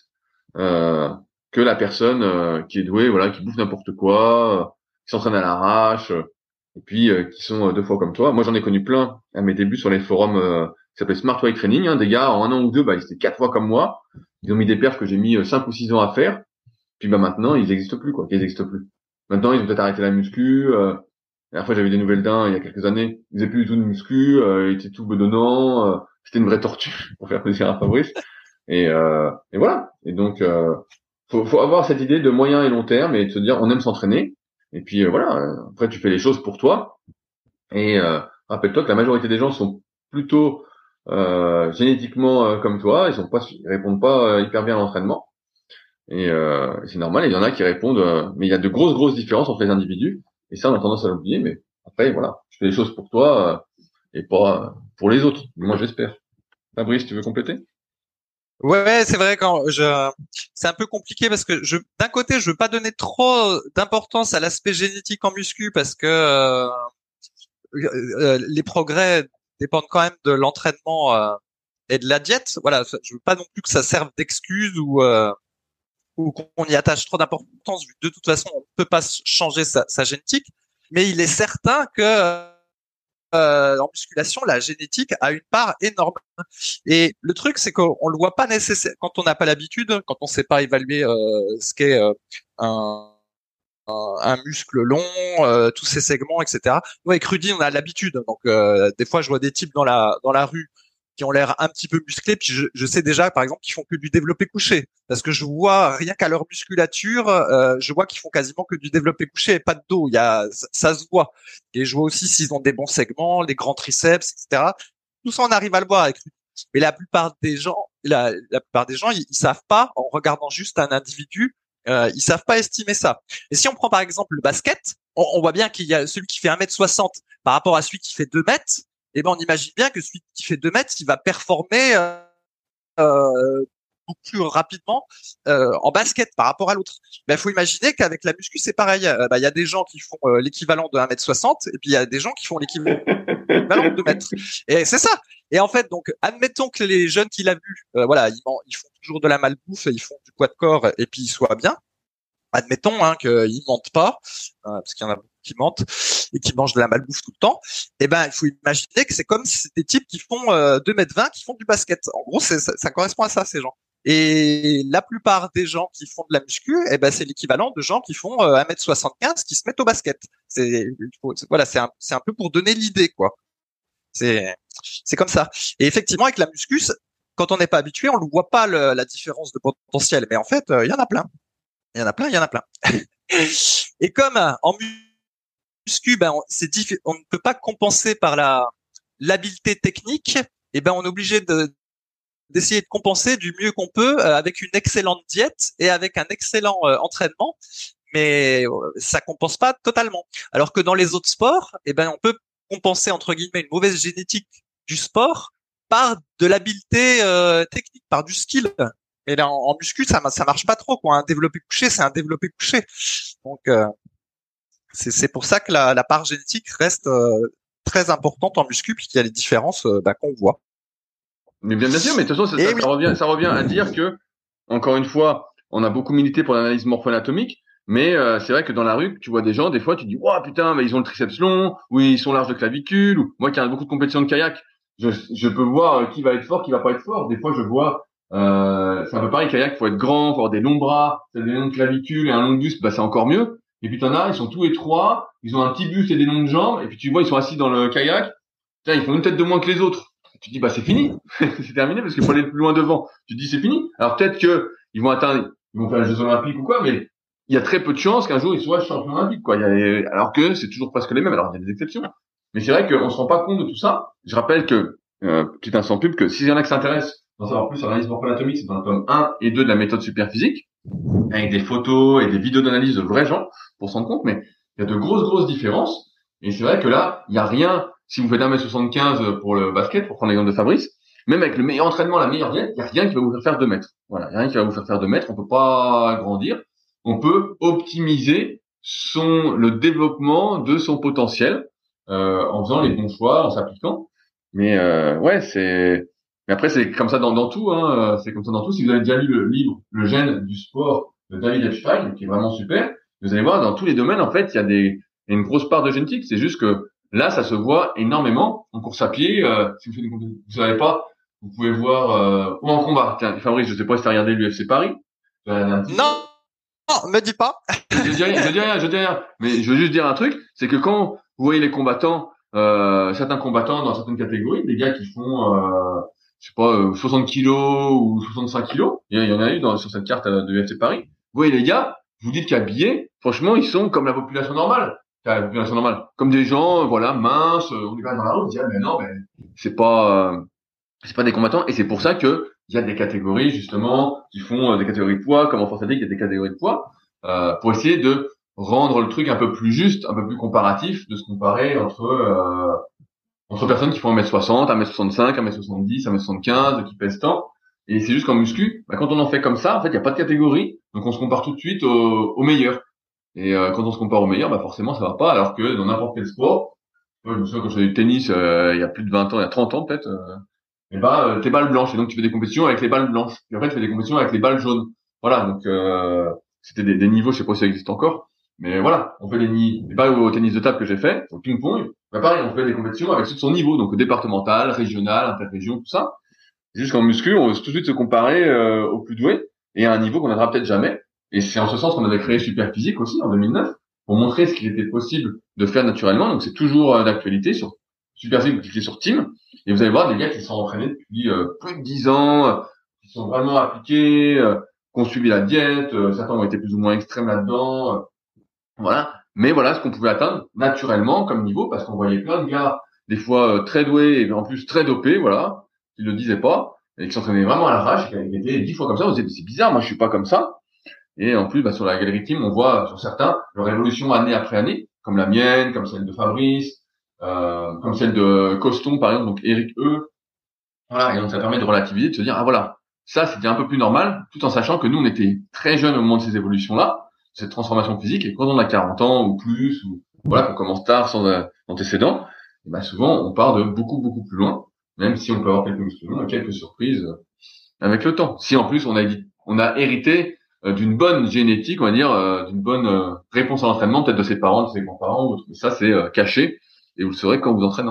S1: que la personne qui est douée, qui bouffe n'importe quoi, qui s'entraîne à l'arrache, et puis qui sont 2 fois comme toi. Moi, j'en ai connu plein à mes débuts sur les forums qui s'appelaient Smart Way Training, des gars en 1 an ou 2, ils étaient 4 fois comme moi, Ils ont mis des perfs que j'ai mis 5 ou 6 ans à faire. Puis bah maintenant, ils n'existent plus, quoi. Ils n'existent plus. Maintenant, ils ont peut-être arrêté la muscu. La dernière fois, j'avais des nouvelles d'un il y a quelques années. Ils faisaient plus du tout de muscu. Ils étaient tout bedonnants. C'était une vraie tortue pour faire plaisir à Fabrice. Et voilà. Et donc, faut avoir cette idée de moyen et long terme et de se dire, on aime s'entraîner. Et puis voilà. Après, tu fais les choses pour toi. Et rappelle-toi que la majorité des gens sont plutôt génétiquement comme toi. Ils répondent pas hyper bien à l'entraînement. Et c'est normal, il y en a qui répondent, mais il y a de grosses différences entre les individus, et ça on a tendance à l'oublier, mais après voilà, tu fais les choses pour toi et pas pour les autres, du moins j'espère. Fabrice, tu veux compléter?
S2: Ouais, c'est vrai c'est un peu compliqué parce que d'un côté, je veux pas donner trop d'importance à l'aspect génétique en muscu parce que les progrès dépendent quand même de l'entraînement et de la diète. Voilà, je veux pas non plus que ça serve d'excuse ou qu'on y attache trop d'importance, vu que de toute façon, on ne peut pas changer sa génétique. Mais il est certain que en musculation, la génétique a une part énorme. Et le truc, c'est qu'on le voit pas nécessaire quand on n'a pas l'habitude, quand on sait pas évaluer ce qu'est un, un muscle long, tous ces segments, etc. Nous, avec Rudy, on a l'habitude. Donc, des fois, je vois des types dans la rue qui ont l'air un petit peu musclés, puis je sais déjà, par exemple, qu'ils font que du développé couché, parce que je vois rien qu'à leur musculature, je vois qu'ils font quasiment que du développé couché et pas de dos. Ça se voit. Et je vois aussi s'ils ont des bons segments, les grands triceps, etc. Tout ça, on arrive à le voir avec Rudy. Mais la plupart des gens, la plupart des gens, ils savent pas, en regardant juste un individu, ils savent pas estimer ça. Et si on prend par exemple le basket, on voit bien qu'il y a celui qui fait 1m60 par rapport à celui qui fait 2 mètres. Eh ben, on imagine bien que celui qui fait 2 mètres, il va performer beaucoup plus rapidement en basket par rapport à l'autre. Ben, faut imaginer qu'avec la muscu, c'est pareil. Il y a des gens qui font l'équivalent de 1m60 et puis il y a des gens qui font l'équivalent de 2 mètres. Et c'est ça. Et en fait, donc, admettons que les jeunes qu'il a vus, voilà, ils font toujours de la malbouffe, ils font du poids de corps et puis ils soient bien. Admettons qu'ils mentent pas, parce qu'il y en a beaucoup qui mentent et qui mangent de la malbouffe tout le temps. Et ben, il faut imaginer que c'est comme si c'était des types qui font 2,20 m qui font du basket. En gros, ça correspond à ça, ces gens. Et la plupart des gens qui font de la muscu, eh ben, c'est l'équivalent de gens qui font 1m75 qui se mettent au basket. Voilà, c'est un peu pour donner l'idée, quoi. C'est comme ça. Et effectivement, avec la muscu, quand on n'est pas habitué, on ne voit pas la différence de potentiel. Mais en fait, il y en a plein. Il y en a plein, il y en a plein. Et comme en muscu, ben, on ne peut pas compenser par l'habileté technique, et ben, on est obligé d'essayer de compenser du mieux qu'on peut avec une excellente diète et avec un excellent entraînement, mais ça compense pas totalement. Alors que dans les autres sports, eh ben, on peut compenser entre guillemets une mauvaise génétique du sport par de l'habileté technique, par du skill. Et là, en muscu, ça marche pas trop, quoi. Un développé couché, c'est un développé couché. Donc, c'est pour ça que la part génétique reste très importante en muscu, puisqu'il y a les différences qu'on voit.
S1: Mais bien sûr, mais de toute façon, ça revient à dire que, encore une fois, on a beaucoup milité pour l'analyse morpho-anatomique, mais c'est vrai que dans la rue, tu vois des gens, des fois, tu dis, oh putain, mais ils ont le triceps long, ou ils sont larges de clavicule, ou moi qui ai beaucoup de compétitions de kayak, je peux voir qui va être fort, qui va pas être fort. Des fois, je vois c'est un peu pareil, kayak, faut être grand, faut avoir des longs bras, des longues clavicules et un long buste, bah c'est encore mieux. Et puis t'en as, ils sont tous étroits, ils ont un petit buste et des longues jambes, et puis tu vois, ils sont assis dans le kayak, tiens, ils font une tête de moins que les autres. Tu te dis, bah c'est fini, c'est terminé, parce qu'il faut aller plus loin devant. Tu te dis, c'est fini. Alors peut-être que ils vont faire les Jeux Olympiques ou quoi, mais il y a très peu de chances qu'un jour ils soient champions olympiques, quoi. Alors que c'est toujours presque les mêmes, alors il y a des exceptions. Mais c'est vrai qu'on se rend pas compte de tout ça. Je rappelle que, petit instant pub, que s'il y en a qui s'intéressent d'en savoir plus sur l'analyse morpho-anatomique, c'est dans le tome 1 et 2 de la méthode Superphysique, avec des photos et des vidéos d'analyse de vrais gens, pour s'en rendre compte, mais il y a de grosses différences, et c'est vrai que là, il y a rien, si vous faites 1m75 pour le basket, pour prendre l'exemple de Fabrice, même avec le meilleur entraînement, la meilleure diète, il y a rien qui va vous faire faire 2 mètres. Voilà, il y a rien qui va vous faire faire 2 mètres, on peut pas grandir, on peut optimiser le développement de son potentiel, en faisant les bons choix, en s'appliquant, mais ouais, mais après, c'est comme ça dans tout, hein. C'est comme ça dans tout. Si vous avez déjà lu le livre Le gène du sport de David Epstein, qui est vraiment super, vous allez voir, dans tous les domaines, en fait, il y a une grosse part de génétique. C'est juste que là, ça se voit énormément en course à pied. Si vous savez pas, vous pouvez voir ou en combat. Tiens, Fabrice, je sais pas si t'as regardé l'UFC Paris. Un petit peu.
S2: Non, non, me dis pas.
S1: Je dis rien. Mais je veux juste dire un truc, c'est que quand vous voyez les combattants, certains combattants dans certaines catégories, des gars qui font, je sais pas, 60 kilos ou 65 kilos, il y en a eu sur cette carte de l'UFC Paris. Vous voyez les gars, vous dites qu'habillés, franchement, ils sont comme la population normale. La population normale. Comme des gens, voilà, minces, on les voit dans la rue, on se dit, ah, mais non, mais c'est pas des combattants. Et c'est pour ça que il y a des catégories, justement, qui font des catégories de poids, comme en force athlétique, il y a des catégories de poids, pour essayer de rendre le truc un peu plus juste, un peu plus comparatif, de se comparer entre personnes qui font 1m60, 1m65, 1m70, 1m75, qui pèsent tant. Et c'est juste qu'en muscu, quand on en fait comme ça, en fait, il n'y a pas de catégorie, donc on se compare tout de suite au meilleur. Et quand on se compare au meilleur, forcément, ça va pas, alors que dans n'importe quel sport, moi, je me souviens quand je faisais du tennis, il y a plus de 20 ans, il y a 30 ans peut-être, tes balles blanches. Et donc, tu fais des compétitions avec les balles blanches. Puis après, tu fais des compétitions avec les balles jaunes. Voilà, donc c'était des niveaux, je sais pas si ça existe encore. Mais voilà, on fait des balles au tennis de table que j'ai fait, au ping-pong. Pareil, on fait des compétitions avec ceux de son niveau, donc départemental, régional, interrégion, tout ça. Jusqu'en muscu, on veut tout de suite se comparer au plus doué et à un niveau qu'on n'atteindra peut-être jamais. Et c'est en ce sens qu'on avait créé Super Physique aussi en 2009 pour montrer ce qu'il était possible de faire naturellement. Donc c'est toujours d'actualité sur Super Physique, vous cliquez sur Team et vous allez voir des gars qui sont entraînés depuis plus de 10 ans, qui sont vraiment appliqués, qui ont suivi la diète. Certains ont été plus ou moins extrêmes là-dedans. Voilà. Mais voilà ce qu'on pouvait atteindre naturellement comme niveau parce qu'on voyait plein de gars des fois très doués et en plus très dopés, voilà, qui le disaient pas et qui s'entraînaient vraiment à l'arrache, qui étaient 10 fois comme ça. On se disait c'est bizarre, moi je suis pas comme ça. Et en plus, sur la galerie Team, on voit sur certains leur évolution année après année, comme la mienne, comme celle de Fabrice, comme celle de Coston par exemple, donc Eric E. Voilà, et donc ça permet de relativiser, de se dire ah voilà, ça c'était un peu plus normal, tout en sachant que nous on était très jeunes au moment de ces évolutions-là, cette transformation physique, et quand on a 40 ans ou plus, ou voilà, qu'on commence tard sans antécédents, et souvent on part de beaucoup beaucoup plus loin, même si on peut avoir quelques muscles, quelques surprises avec le temps. Si en plus on a hérité d'une bonne génétique, on va dire, d'une bonne réponse à l'entraînement, peut-être de ses parents, de ses grands-parents ou autre. Mais ça c'est caché et vous le saurez quand vous entraînez.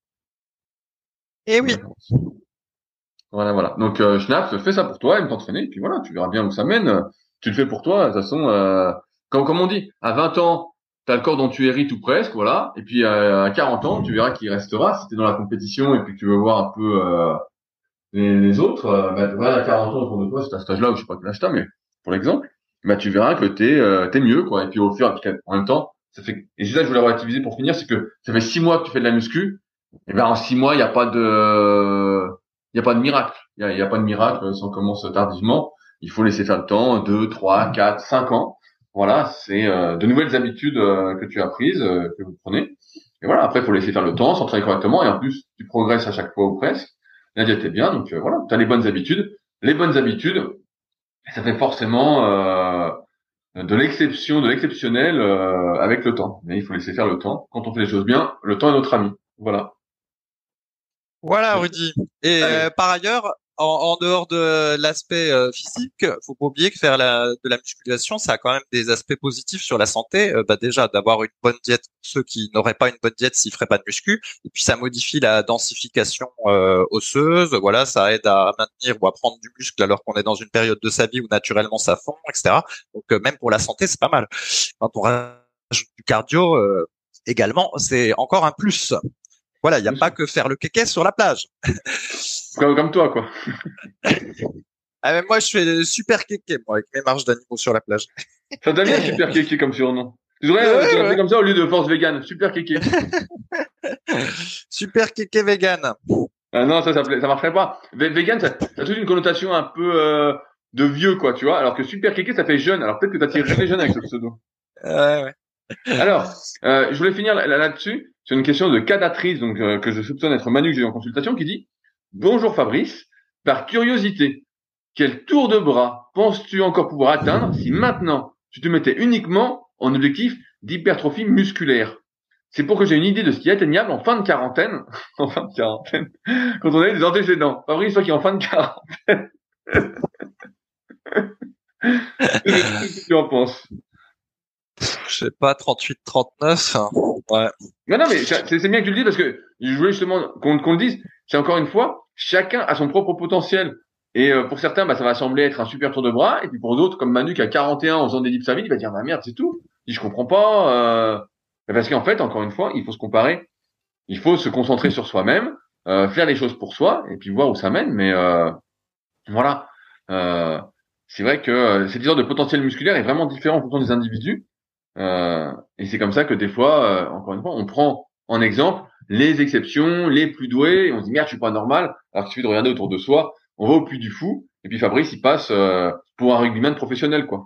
S2: Eh oui.
S1: Voilà. Donc Schnaps, fais ça pour toi, aime t'entraîner, et puis voilà, tu verras bien où ça mène. Tu le fais pour toi, de toute façon, comme on dit, à 20 ans, t'as le corps dont tu hérites ou presque, voilà, et puis à 40 ans, tu verras qu'il restera. Si t'es dans la compétition et puis que tu veux voir un peu les autres, voilà, à 40 ans autour de toi, c'est à cet âge-là où je sais pas quel âge t'as, mais pour l'exemple, tu verras que t'es mieux, quoi. Et puis en même temps, ça fait, et c'est ça que je voulais relativiser pour finir, c'est que ça fait 6 mois que tu fais de la muscu, et en 6 mois, il y a pas de miracle. Il y a pas de miracle si on commence tardivement. Il faut laisser faire le temps, 2, 3, 4, 5 ans. Voilà, c'est de nouvelles habitudes que tu as prises, que vous prenez. Et voilà, après, il faut laisser faire le temps, s'entraîner correctement, et en plus, tu progresses à chaque fois ou presque. La diète est bien, donc voilà, tu as les bonnes habitudes. Les bonnes habitudes, ça fait forcément de l'exception, de l'exceptionnel avec le temps. Mais il faut laisser faire le temps. Quand on fait les choses bien, le temps est notre ami. Voilà.
S2: Voilà, Rudy. Et par ailleurs, en dehors de l'aspect physique, faut pas oublier que faire de la musculation, ça a quand même des aspects positifs sur la santé. Déjà, d'avoir une bonne diète, ceux qui n'auraient pas une bonne diète s'ils feraient pas de muscu. Et puis, ça modifie la densification osseuse. Voilà, ça aide à maintenir ou à prendre du muscle alors qu'on est dans une période de sa vie où naturellement ça fond, etc. Donc, même pour la santé, c'est pas mal. Quand on rajoute du cardio, également, c'est encore un plus. Voilà, il n'y a pas que faire le kéké sur la plage.
S1: Comme toi, quoi.
S2: Ah, mais moi, je fais super kéké, moi, avec mes marches d'animaux sur la plage.
S1: Ça devient super kéké comme surnom. Tu devrais t'appeler comme ça au lieu de force vegan. Super kéké.
S2: Super kéké vegan.
S1: Ah non, ça marcherait pas. Vegan, ça a toute une connotation un peu de vieux, quoi, tu vois. Alors que super kéké, ça fait jeune. Alors peut-être que t'attires les jeunes avec ce pseudo.
S2: Ouais.
S1: Alors, je voulais finir là-dessus sur une question de cadatrice, donc que je soupçonne être Manu que j'ai eu en consultation, qui dit: Bonjour Fabrice, par curiosité, quel tour de bras penses-tu encore pouvoir atteindre si maintenant tu te mettais uniquement en objectif d'hypertrophie musculaire? C'est pour que j'ai une idée de ce qui est atteignable en fin de quarantaine. En fin de quarantaine. Quand on a eu des antécédents. Fabrice, toi qui es en fin de quarantaine. Qu'est-ce que tu en penses?
S2: Je sais pas, 38, 39. Ouais.
S1: Non, mais c'est bien que tu le dis parce que je voulais justement qu'on le dise. C'est encore une fois, chacun a son propre potentiel. Et pour certains, bah, ça va sembler être un super tour de bras. Et puis pour d'autres, comme Manu qui a 41 en faisant des dips à vide, il va dire, bah merde, c'est tout. Je comprends pas. Parce qu'en fait, encore une fois, il faut se comparer. Il faut se concentrer sur soi-même, faire les choses pour soi, et puis voir où ça mène. Mais voilà. Euh, c'est vrai que cette histoire de potentiel musculaire est vraiment différent en fonction des individus. Et c'est comme ça que des fois, encore une fois, on prend en exemple les exceptions, les plus doués, et on se dit merde, je suis pas normal. Alors qu'il suffit de regarder autour de soi, on va au puits du fou, et puis Fabrice, il passe pour un rugbyman professionnel, quoi.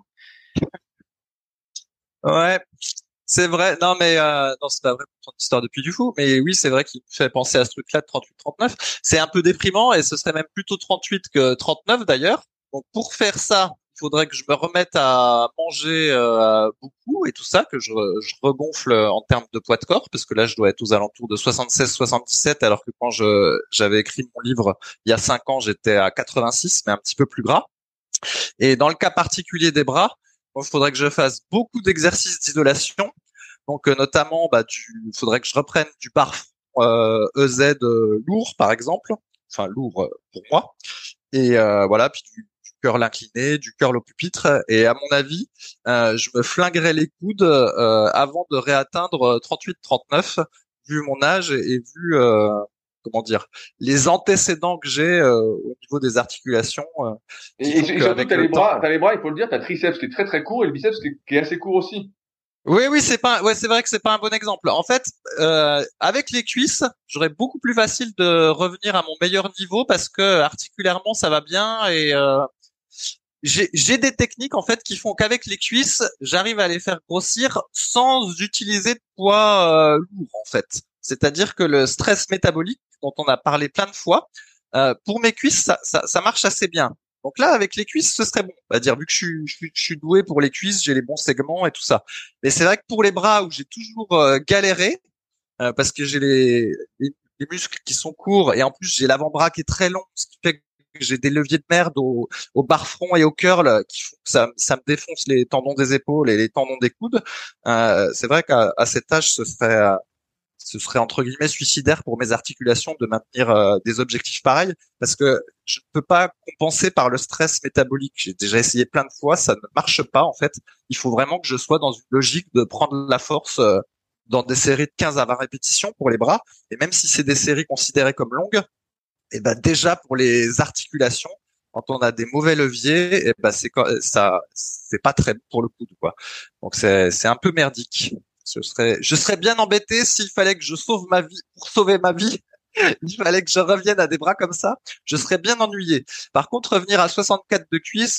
S2: Ouais, c'est vrai. Non, mais non, c'est pas vrai pour ton histoire depuis du fou. Mais oui, c'est vrai qu'il me fait penser à ce truc-là de 38-39. C'est un peu déprimant et ce serait même plutôt 38 que 39 d'ailleurs. Donc pour faire ça, il faudrait que je me remette à manger beaucoup et tout ça, que je regonfle en termes de poids de corps, parce que là, je dois être aux alentours de 76-77, alors que quand j'avais écrit mon livre il y a 5 ans, j'étais à 86, mais un petit peu plus gras. Et dans le cas particulier des bras, il faudrait que je fasse beaucoup d'exercices d'isolation. Donc notamment, il faudrait que je reprenne du bar EZ lourd, par exemple, enfin lourd pour moi. Et voilà, puis du curl incliné, du curl au pupitre. Et à mon avis, je me flinguerai les coudes avant de réatteindre 38-39, vu mon âge et vu comment dire, les antécédents que j'ai au niveau des articulations, qui
S1: Et
S2: font
S1: surtout,
S2: qu'avec le temps.
S1: t'as les bras, il faut le dire, t'as triceps qui est très très court et le biceps qui est assez court aussi.
S2: Oui, oui, c'est vrai que c'est pas un bon exemple. En fait, avec les cuisses, j'aurais beaucoup plus facile de revenir à mon meilleur niveau parce que articulairement ça va bien et j'ai des techniques en fait qui font qu'avec les cuisses, j'arrive à les faire grossir sans utiliser de poids lourd en fait. C'est-à-dire que le stress métabolique dont on a parlé plein de fois, pour mes cuisses, ça marche assez bien. Donc là, avec les cuisses, ce serait bon. On va dire, vu que je suis doué pour les cuisses, j'ai les bons segments et tout ça. Mais c'est vrai que pour les bras, où j'ai toujours galéré, parce que j'ai les muscles qui sont courts et en plus j'ai l'avant-bras qui est très long, ce qui fait que j'ai des leviers de merde au barre-front et au curl qui font que ça me défonce les tendons des épaules et les tendons des coudes. C'est vrai qu'à cet âge, ce serait entre guillemets suicidaire pour mes articulations de maintenir des objectifs pareils parce que je ne peux pas compenser par le stress métabolique. J'ai déjà essayé plein de fois, ça ne marche pas en fait. Il faut vraiment que je sois dans une logique de prendre la force dans des séries de 15 à 20 répétitions pour les bras et même si c'est des séries considérées comme longues, et ben déjà pour les articulations, quand on a des mauvais leviers, et ben c'est pas très bon pour le coude quoi. Donc c'est un peu merdique. Je serais bien embêté s'il fallait que je sauve ma vie pour sauver ma vie. Il fallait que je revienne à des bras comme ça. Je serais bien ennuyé. Par contre, revenir à 64 de cuisse,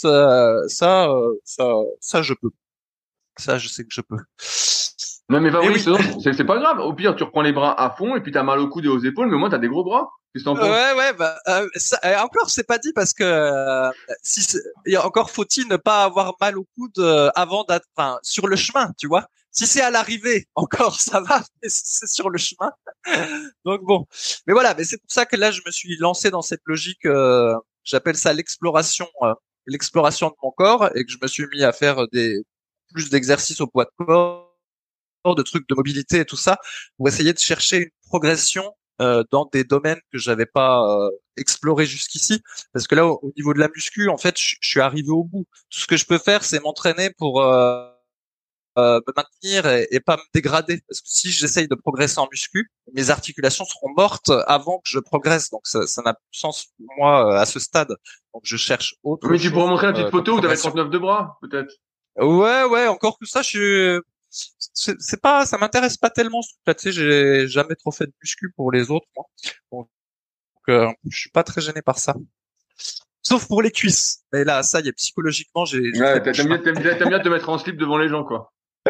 S2: ça je peux. Ça, je sais que je peux.
S1: Non mais
S2: Mais
S1: Fabrice,
S2: oui.
S1: non, c'est pas grave. Au pire, tu reprends les bras à fond et puis t'as mal au coude et aux épaules, mais au moins t'as des gros bras. Qu'est-ce que t'en penses?
S2: Ouais, encore c'est pas dit parce que et encore faut-il ne pas avoir mal au coude avant d'être, enfin, sur le chemin, tu vois. Si c'est à l'arrivée, encore ça va, mais si c'est sur le chemin. Donc bon, mais voilà, mais c'est pour ça que là je me suis lancé dans cette logique, j'appelle ça l'exploration de mon corps et que je me suis mis à faire des plus d'exercices au poids de corps, de trucs de mobilité et tout ça pour essayer de chercher une progression dans des domaines que j'avais pas exploré jusqu'ici parce que là au niveau de la muscu en fait je suis arrivé au bout. Tout ce que je peux faire c'est m'entraîner pour me maintenir et pas me dégrader parce que si j'essaye de progresser en muscu mes articulations seront mortes avant que je progresse donc ça n'a plus de sens pour moi à ce stade donc je cherche autre
S1: Mais tu pourras
S2: chose
S1: montrer la petite
S2: comme
S1: photo où t'avais
S2: progression.
S1: 39 de bras, peut-être.
S2: Ouais, encore que ça, c'est pas, ça m'intéresse pas tellement ce truc-là. Tu sais, j'ai jamais trop fait de muscu pour les autres, moi. Donc, je suis pas très gêné par ça. Sauf pour les cuisses. Mais là, ça y est, psychologiquement, j'ai fait
S1: Ouais,
S2: mon chemin.
S1: t'aimes bien te mettre en slip devant les gens, quoi.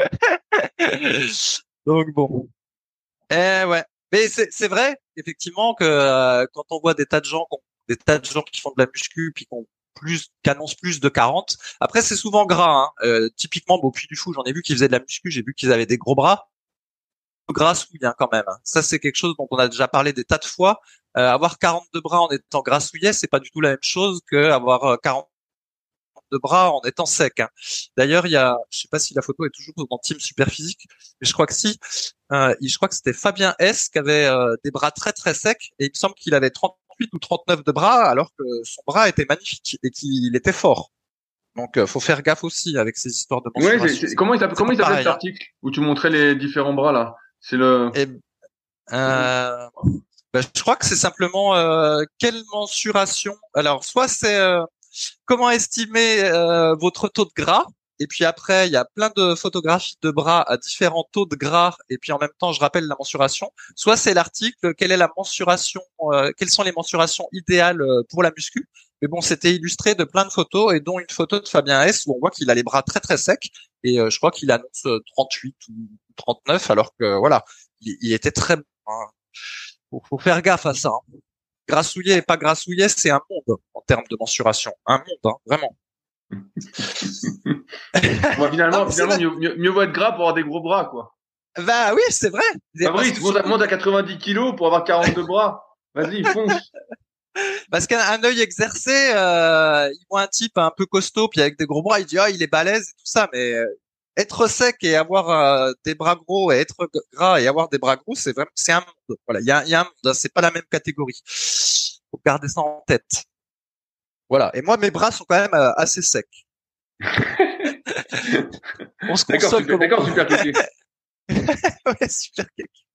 S2: Donc bon. Ouais. Mais c'est vrai, effectivement, que quand on voit des tas de gens qui font de la muscu puis qui annoncent plus de 40. Après, c'est souvent gras. Hein. Typiquement, au Puy du Fou, j'en ai vu qui faisaient de la muscu, j'ai vu qu'ils avaient des gros bras. Grassouille hein, quand même. Ça, c'est quelque chose dont on a déjà parlé des tas de fois. Avoir 42 bras en étant grassouillet, c'est pas du tout la même chose que avoir 40 de bras en étant sec. Hein. D'ailleurs, je sais pas si la photo est toujours dans Team Superphysique, mais je crois que si. Je crois que c'était Fabien S qui avait des bras très très secs et il me semble qu'il avait 38 38 ou 39 de bras, alors que son bras était magnifique et qu'il était fort. Donc, faut faire gaffe aussi avec ces histoires de
S1: Ouais,
S2: mensuration.
S1: comment il s'appelle
S2: Pareil,
S1: cet
S2: hein.
S1: article où tu montrais les différents bras là? C'est le.
S2: Et, euh, je crois que c'est simplement quelle mensuration. Alors, soit c'est comment estimer votre taux de gras. Et puis après, il y a plein de photographies de bras à différents taux de gras. Et puis en même temps, je rappelle la mensuration. Soit c'est l'article, quelle est la mensuration, quelles sont les mensurations idéales pour la muscu. Mais bon, c'était illustré de plein de photos et dont une photo de Fabien S où on voit qu'il a les bras très très secs. Et je crois qu'il annonce 38 ou 39 alors que voilà, il était très bon, hein. Faut faire gaffe à ça, hein. Grassouillet et pas grassouillet, c'est un monde en termes de mensuration. Un monde, hein, vraiment.
S1: Bon,
S2: Non,
S1: finalement,
S2: mais c'est vrai.
S1: mieux vaut être gras pour avoir des gros bras, quoi.
S2: Bah oui, c'est vrai. Parce
S1: Fabrice,
S2: que surtout,
S1: monte à 90 kilos pour avoir 42 bras. Vas-y, fonce.
S2: parce qu'un œil exercé, il voit un type un peu costaud puis avec des gros bras, il dit ah il est balèze et tout ça, mais être sec et avoir des bras gros et être gras et avoir des bras gros, c'est vraiment c'est un monde. Voilà, il y a un monde, hein, c'est pas la même catégorie. Faut garder ça en tête. Voilà. Et moi mes bras sont quand même assez secs. On se console comme on
S1: D'accord,
S2: peut.
S1: super cliqué.
S2: Ouais, super.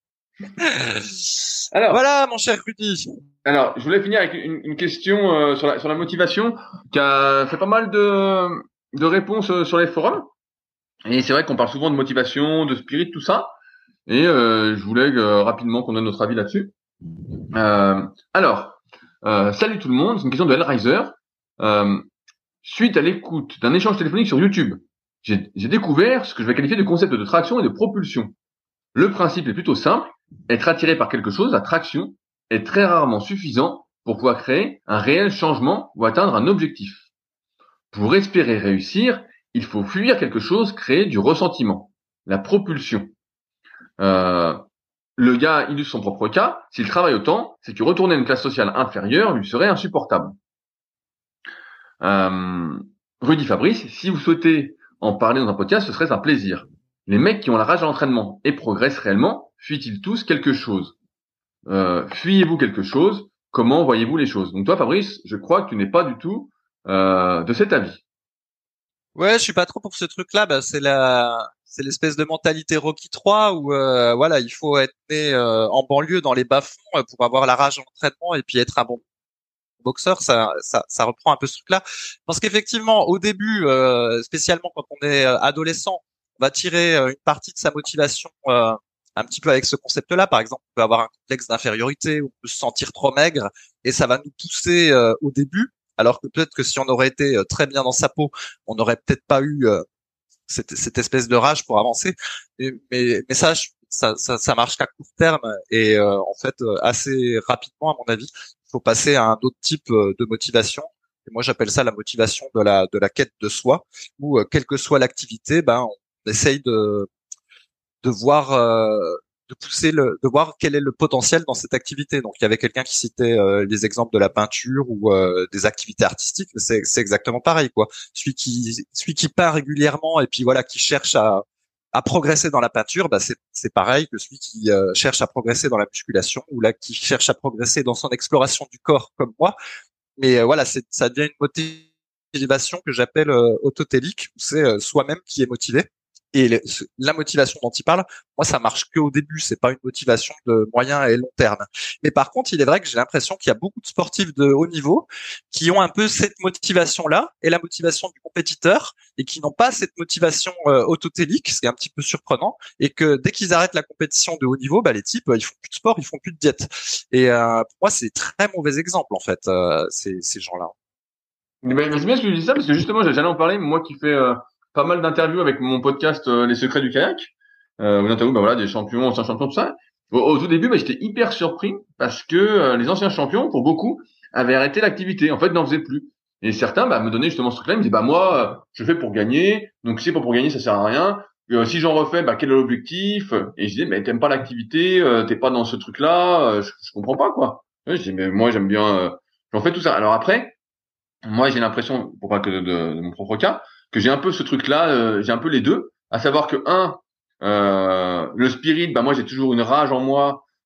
S1: Alors,
S2: Voilà, mon cher Rudy.
S1: alors, je voulais finir avec une question sur la motivation qui a fait pas mal de réponses sur les forums. Et c'est vrai qu'on parle souvent de motivation, de spirit, tout ça. Et je voulais rapidement qu'on donne notre avis là-dessus. Alors, salut tout le monde, c'est une question de Hellraiser. Suite à l'écoute d'un échange téléphonique sur YouTube, j'ai découvert ce que je vais qualifier de concept de traction et de propulsion. Le principe est plutôt simple, être attiré par quelque chose, la traction, est très rarement suffisant pour pouvoir créer un réel changement ou atteindre un objectif. Pour espérer réussir, il faut fuir quelque chose, créer du ressentiment, la propulsion. Le gars illustre son propre cas, s'il travaille autant, c'est que retourner à une classe sociale inférieure lui serait insupportable. Rudy Fabrice, si vous souhaitez en parler dans un podcast, ce serait un plaisir. Les mecs qui ont la rage à l'entraînement et progressent réellement, fuient-ils tous quelque chose? Fuyez-vous quelque chose? Comment voyez-vous les choses? Donc toi, Fabrice, je crois que tu n'es pas du tout de cet avis.
S2: Ouais, je suis pas trop pour ce truc-là. Bah, c'est l'espèce de mentalité Rocky 3 où voilà, il faut être né en banlieue dans les bas-fonds pour avoir la rage en entraînement et puis être un bon boxeur. Ça reprend un peu ce truc-là. Parce qu'effectivement, au début, spécialement quand on est adolescent, on va tirer une partie de sa motivation un petit peu avec ce concept-là. Par exemple, on peut avoir un complexe d'infériorité, on peut se sentir trop maigre et ça va nous pousser au début. Alors que peut-être que si on aurait été très bien dans sa peau, on n'aurait peut-être pas eu cette espèce de rage pour avancer. Mais ça marche qu'à court terme et en fait assez rapidement à mon avis. Il faut passer à un autre type de motivation. Et moi j'appelle ça la motivation de la quête de soi, où quelle que soit l'activité, ben on essaye de voir de voir quel est le potentiel dans cette activité. Donc il y avait quelqu'un qui citait les exemples de la peinture ou des activités artistiques, mais c'est exactement pareil quoi. Celui qui peint régulièrement et puis voilà qui cherche à progresser dans la peinture, bah c'est pareil que celui qui cherche à progresser dans la musculation ou là qui cherche à progresser dans son exploration du corps comme moi. Mais voilà, ça devient une motivation que j'appelle autotélique, où c'est soi-même qui est motivé. Et la motivation dont il parle, moi, ça marche que au début. C'est pas une motivation de moyen et long terme. Mais par contre, il est vrai que j'ai l'impression qu'il y a beaucoup de sportifs de haut niveau qui ont un peu cette motivation-là et la motivation du compétiteur et qui n'ont pas cette motivation autotélique, ce qui est un petit peu surprenant. Et que dès qu'ils arrêtent la compétition de haut niveau, bah, les types, ils font plus de sport, ils font plus de diète. Et pour moi, c'est très mauvais exemple, en fait, ces gens-là.
S1: Mais c'est bien que tu dis ça parce que justement, j'allais en parler, moi qui fais pas mal d'interviews avec mon podcast Les Secrets du kayak, où j'interviewe voilà, des champions, anciens champions, tout ça. Au tout début, j'étais hyper surpris parce que les anciens champions, pour beaucoup, avaient arrêté l'activité. En fait, n'en faisaient plus. Et certains me donnaient justement ce truc-là, ils me disaient moi, je fais pour gagner, donc si c'est pas pour gagner, ça sert à rien. Si j'en refais, quel est l'objectif? Et je disais, mais t'aimes pas l'activité, t'es pas dans ce truc-là, je comprends pas quoi. Et je dis, mais moi j'aime bien, j'en fais tout ça. Alors après, moi j'ai l'impression, pour pas que de mon propre cas, que j'ai un peu ce truc-là, j'ai un peu les deux, à savoir que le spirit, moi j'ai toujours une rage en moi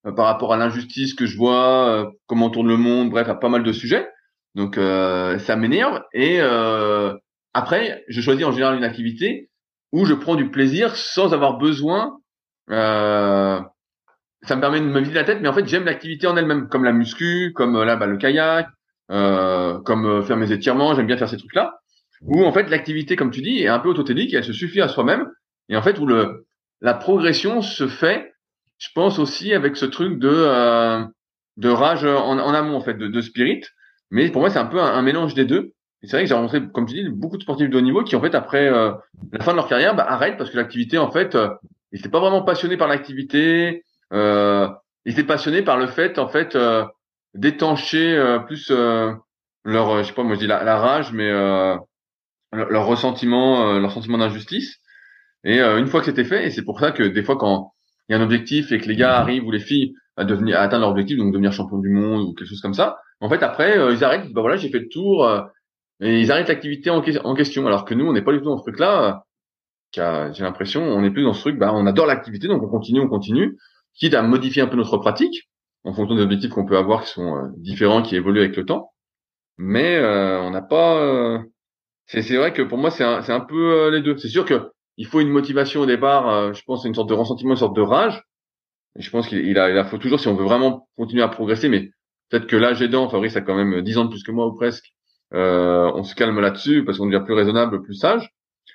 S1: par rapport à l'injustice que je vois, comment tourne le monde, bref, à pas mal de sujets. Donc ça m'énerve. Et après, je choisis en général une activité où je prends du plaisir sans avoir besoin. Ça me permet de me vider la tête, mais en fait j'aime l'activité en elle-même, comme la muscu, comme là le kayak, comme faire mes étirements. J'aime bien faire ces trucs-là. Où en fait l'activité, comme tu dis, est un peu autotélique, elle se suffit à soi-même. Et en fait où la progression se fait, je pense aussi avec ce truc de rage en amont en fait, de spirit. Mais pour moi c'est un peu un mélange des deux. Et c'est vrai que j'ai rencontré, comme tu dis, beaucoup de sportifs de haut niveau qui en fait après la fin de leur carrière arrêtent parce que l'activité en fait ils étaient pas vraiment passionnés par l'activité. Ils étaient passionnés par le fait en fait d'étancher plus leur je sais pas moi je dis la rage mais leur sentiment d'injustice. Et une fois que c'était fait, et c'est pour ça que des fois quand il y a un objectif et que les gars arrivent ou les filles à atteindre leur objectif, donc devenir champion du monde ou quelque chose comme ça, en fait après ils arrêtent, ils disent, bah voilà j'ai fait le tour et ils arrêtent l'activité en question. Alors que nous on n'est pas du tout dans ce truc-là. J'ai l'impression on est plus dans ce truc, bah on adore l'activité donc on continue, quitte à modifier un peu notre pratique en fonction des objectifs qu'on peut avoir qui sont différents, qui évoluent avec le temps. Mais on n'a pas c'est vrai que pour moi c'est un peu les deux. C'est sûr que il faut une motivation au départ. Je pense une sorte de ressentiment, une sorte de rage. Et je pense il faut toujours si on veut vraiment continuer à progresser. Mais peut-être que l'âge aidant, Fabrice a quand même 10 ans de plus que moi ou presque. On se calme là-dessus parce qu'on devient plus raisonnable, plus sage.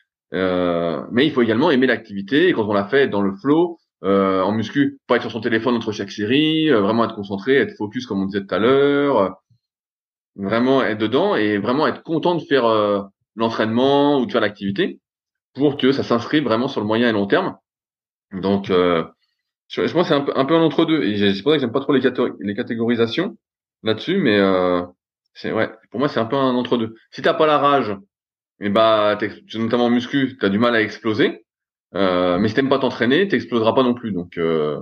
S1: Mais il faut également aimer l'activité et quand on l'a fait être dans le flow. En muscu, pas être sur son téléphone entre chaque série, vraiment être concentré, être focus comme on disait tout à l'heure, vraiment être dedans et vraiment être content de faire l'entraînement ou de faire l'activité pour que ça s'inscrive vraiment sur le moyen et long terme. Donc, je pense que c'est un peu un entre-deux. Et c'est pour ça que j'aime pas trop les catégorisations là-dessus, mais c'est ouais, pour moi c'est un peu un entre-deux. Si t'as pas la rage, et bah notamment en muscu, t'as du mal à exploser. Mais si t'aimes pas t'entraîner, t'exploseras pas non plus. Donc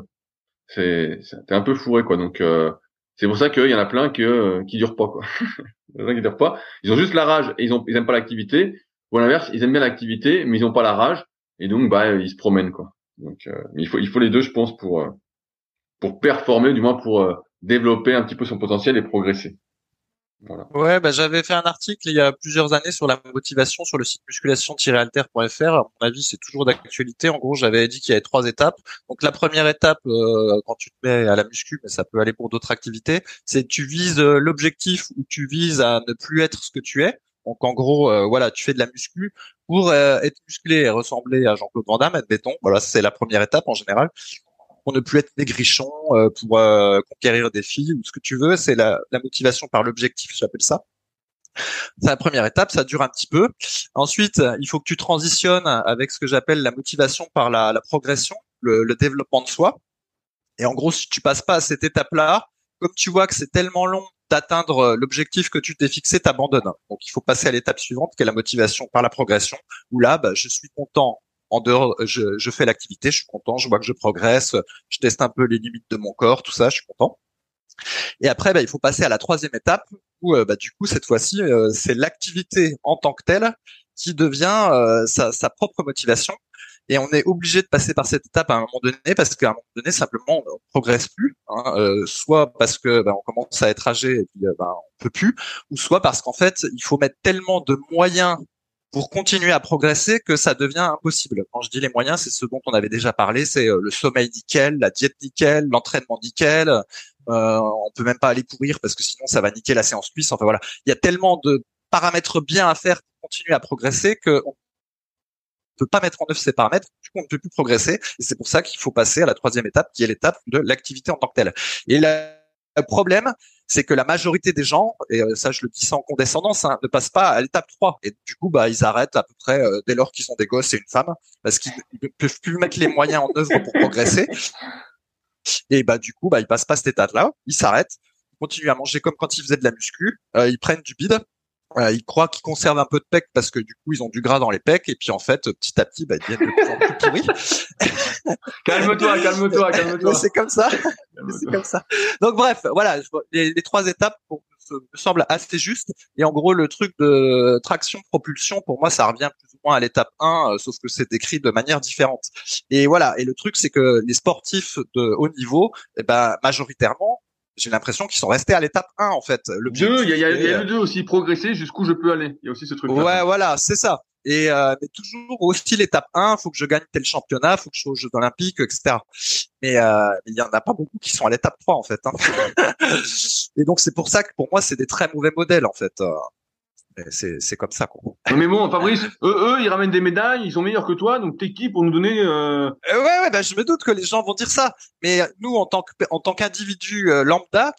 S1: t'es un peu fourré quoi. Donc c'est pour ça qu'il y en a plein qui durent pas quoi. Il y en a qui durent pas. Ils ont juste la rage et ils aiment pas l'activité. Ou à l'inverse, ils aiment bien l'activité, mais ils ont pas la rage et donc bah ils se promènent quoi. Donc mais il faut les deux je pense pour performer, du moins pour développer un petit peu son potentiel et progresser. Voilà.
S2: Ouais, bah, j'avais fait un article il y a plusieurs années sur la motivation sur le site musculation-alter.fr. À mon avis, c'est toujours d'actualité. En gros, j'avais dit qu'il y avait 3 étapes. Donc, la première étape, quand tu te mets à la muscu, mais ça peut aller pour d'autres activités, c'est tu vises l'objectif où tu vises à ne plus être ce que tu es. Donc, en gros, voilà, tu fais de la muscu pour être musclé et ressembler à Jean-Claude Van Damme, admettons. Voilà, c'est la première étape en général pour ne plus être maigrichon, pour conquérir des filles ou ce que tu veux. C'est la motivation par l'objectif, j'appelle ça. C'est la première étape, ça dure un petit peu. Ensuite, il faut que tu transitionnes avec ce que j'appelle la motivation par la progression, le développement de soi. Et en gros, si tu passes pas à cette étape-là, comme tu vois que c'est tellement long d'atteindre l'objectif que tu t'es fixé, t'abandonnes. Donc, il faut passer à l'étape suivante, qui est la motivation par la progression, où là, bah, je suis content. En dehors, je fais l'activité, je suis content, je vois que je progresse, je teste un peu les limites de mon corps, tout ça, je suis content. Et après, bah, il faut passer à la troisième étape, où bah, du coup, cette fois-ci, c'est l'activité en tant que telle qui devient sa propre motivation. Et on est obligé de passer par cette étape à un moment donné parce qu'à un moment donné, simplement, on progresse plus, hein, soit parce que on commence à être âgé et puis on peut plus, ou soit parce qu'en fait, il faut mettre tellement de moyens pour continuer à progresser que ça devient impossible. Quand je dis les moyens, c'est ce dont on avait déjà parlé, c'est le sommeil nickel, la diète nickel, l'entraînement nickel. On peut même pas aller courir parce que sinon ça va niquer la séance cuisse. Enfin voilà, il y a tellement de paramètres bien à faire pour continuer à progresser que on peut pas mettre en œuvre ces paramètres, du coup on ne peut plus progresser. Et c'est pour ça qu'il faut passer à la troisième étape, qui est l'étape de l'activité en tant que telle. Et le problème, c'est que la majorité des gens, et ça je le dis sans condescendance, hein, ne passent pas à l'étape 3. Et du coup, bah ils arrêtent à peu près dès lors qu'ils ont des gosses et une femme, parce qu'ils ne peuvent plus mettre les moyens en œuvre pour progresser. Et bah du coup, bah ils passent pas cette étape-là, ils s'arrêtent, ils continuent à manger comme quand ils faisaient de la muscu, ils prennent du bide. Ils croient qu'ils conservent un peu de pec parce que du coup ils ont du gras dans les pecs et puis en fait petit à petit ils deviennent de plus en plus pourris.
S1: Calme-toi.
S2: C'est comme ça. C'est comme ça. Donc bref, voilà, les 3 étapes me semblent assez justes et en gros le truc de traction propulsion pour moi ça revient plus ou ou moins à l'étape 1, sauf que c'est décrit de manière différente. Et voilà. Et le truc, c'est que les sportifs de haut niveau, eh ben, majoritairement, j'ai l'impression qu'ils sont restés à l'étape 1, en fait.
S1: Deux, il y a le 2 aussi, progresser jusqu'où je peux aller. Il y a aussi ce truc-là.
S2: Ouais, voilà, c'est ça. Et mais toujours aussi l'étape 1, faut que je gagne tel championnat, faut que je sois aux Jeux Olympiques, etc. Mais il y en a pas beaucoup qui sont à l'étape 3, en fait. Hein. Et donc c'est pour ça que pour moi c'est des très mauvais modèles, en fait. C'est comme ça, quoi.
S1: Mais bon, Fabrice, eux, ils ramènent des médailles, ils sont meilleurs que toi, donc t'es qui pour nous donner
S2: Ouais, bah, je me doute que les gens vont dire ça. Mais nous, en tant qu'individus lambda,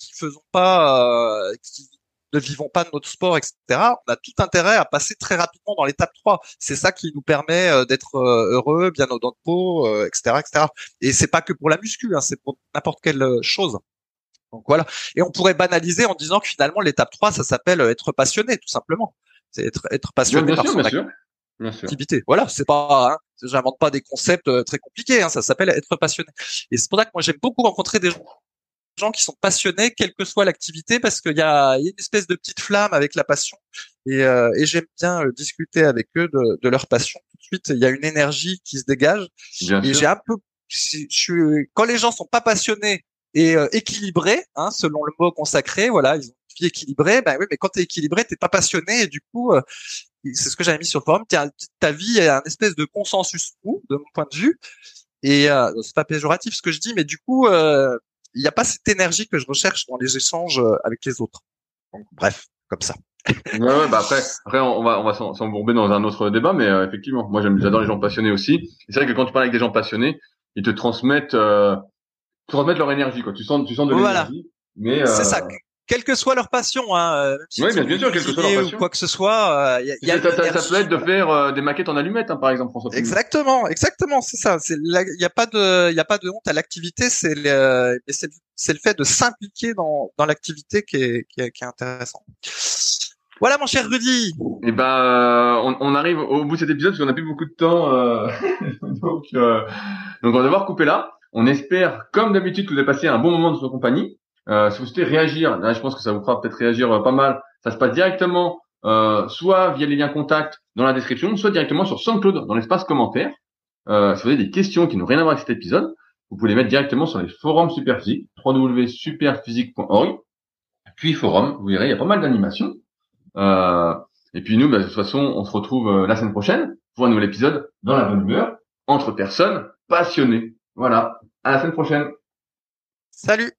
S2: qui ne vivons pas de notre sport, etc., on a tout intérêt à passer très rapidement dans l'étape 3. C'est ça qui nous permet d'être heureux, bien aux dents de peau, etc., etc. Et c'est pas que pour la muscu, hein, c'est pour n'importe quelle chose. Donc voilà. Et on pourrait banaliser en disant que finalement l'étape 3, ça s'appelle être passionné, tout simplement. C'est être passionné par son activité. Voilà, c'est pas, hein, j'invente pas des concepts très compliqués, hein, ça s'appelle être passionné. Et c'est pour ça que moi j'aime beaucoup rencontrer des gens qui sont passionnés, quelle que soit l'activité, parce qu'il y a une espèce de petite flamme avec la passion. Et j'aime bien discuter avec eux de leur passion. Tout de suite, il y a une énergie qui se dégage.
S1: Bien
S2: et
S1: sûr.
S2: j'ai un peu, quand les gens sont pas passionnés et équilibrés, hein, selon le mot consacré, voilà, ils ont une vie équilibrée. Ben oui, mais quand t'es équilibré, t'es pas passionné et du coup, c'est ce que j'avais mis sur le forum. Ta vie est un espèce de consensus mou, de mon point de vue. Et c'est pas péjoratif ce que je dis, mais du coup, il n'y a pas cette énergie que je recherche dans les échanges avec les autres. Donc, bref, comme ça.
S1: Ouais, bah après, on va s'embourber dans un autre débat, mais effectivement, moi j'adore les gens passionnés aussi. Et c'est vrai que quand tu parles avec des gens passionnés, ils te transmettent leur énergie, quoi. Tu sens de l'énergie. Mais
S2: c'est ça. Quelle que soit leur passion, hein, même si
S1: oui, bien sûr, quelle que soit leur passion,
S2: ou quoi que ce soit,
S1: ça peut être de faire des maquettes en allumettes, hein, par exemple, François.
S2: Exactement, c'est ça. Il y a pas de honte à l'activité, c'est le fait de s'impliquer dans l'activité qui est intéressant. Voilà, mon cher Rudy.
S1: Et on arrive au bout de cet épisode parce qu'on n'a plus beaucoup de temps, donc on va devoir couper là. On espère, comme d'habitude, que vous avez passé un bon moment de votre compagnie. Si vous souhaitez réagir, là, je pense que ça vous fera peut-être réagir pas mal. Ça se passe directement, soit via les liens contacts dans la description, soit directement sur SoundCloud dans l'espace commentaire. Si vous avez des questions qui n'ont rien à voir avec cet épisode, vous pouvez les mettre directement sur les forums Superphysique, www.superphysique.org, puis forum. Vous verrez, il y a pas mal d'animations. Et puis nous, de toute façon, on se retrouve la semaine prochaine pour un nouvel épisode dans la bonne humeur entre personnes passionnées. Voilà. À la semaine prochaine.
S2: Salut.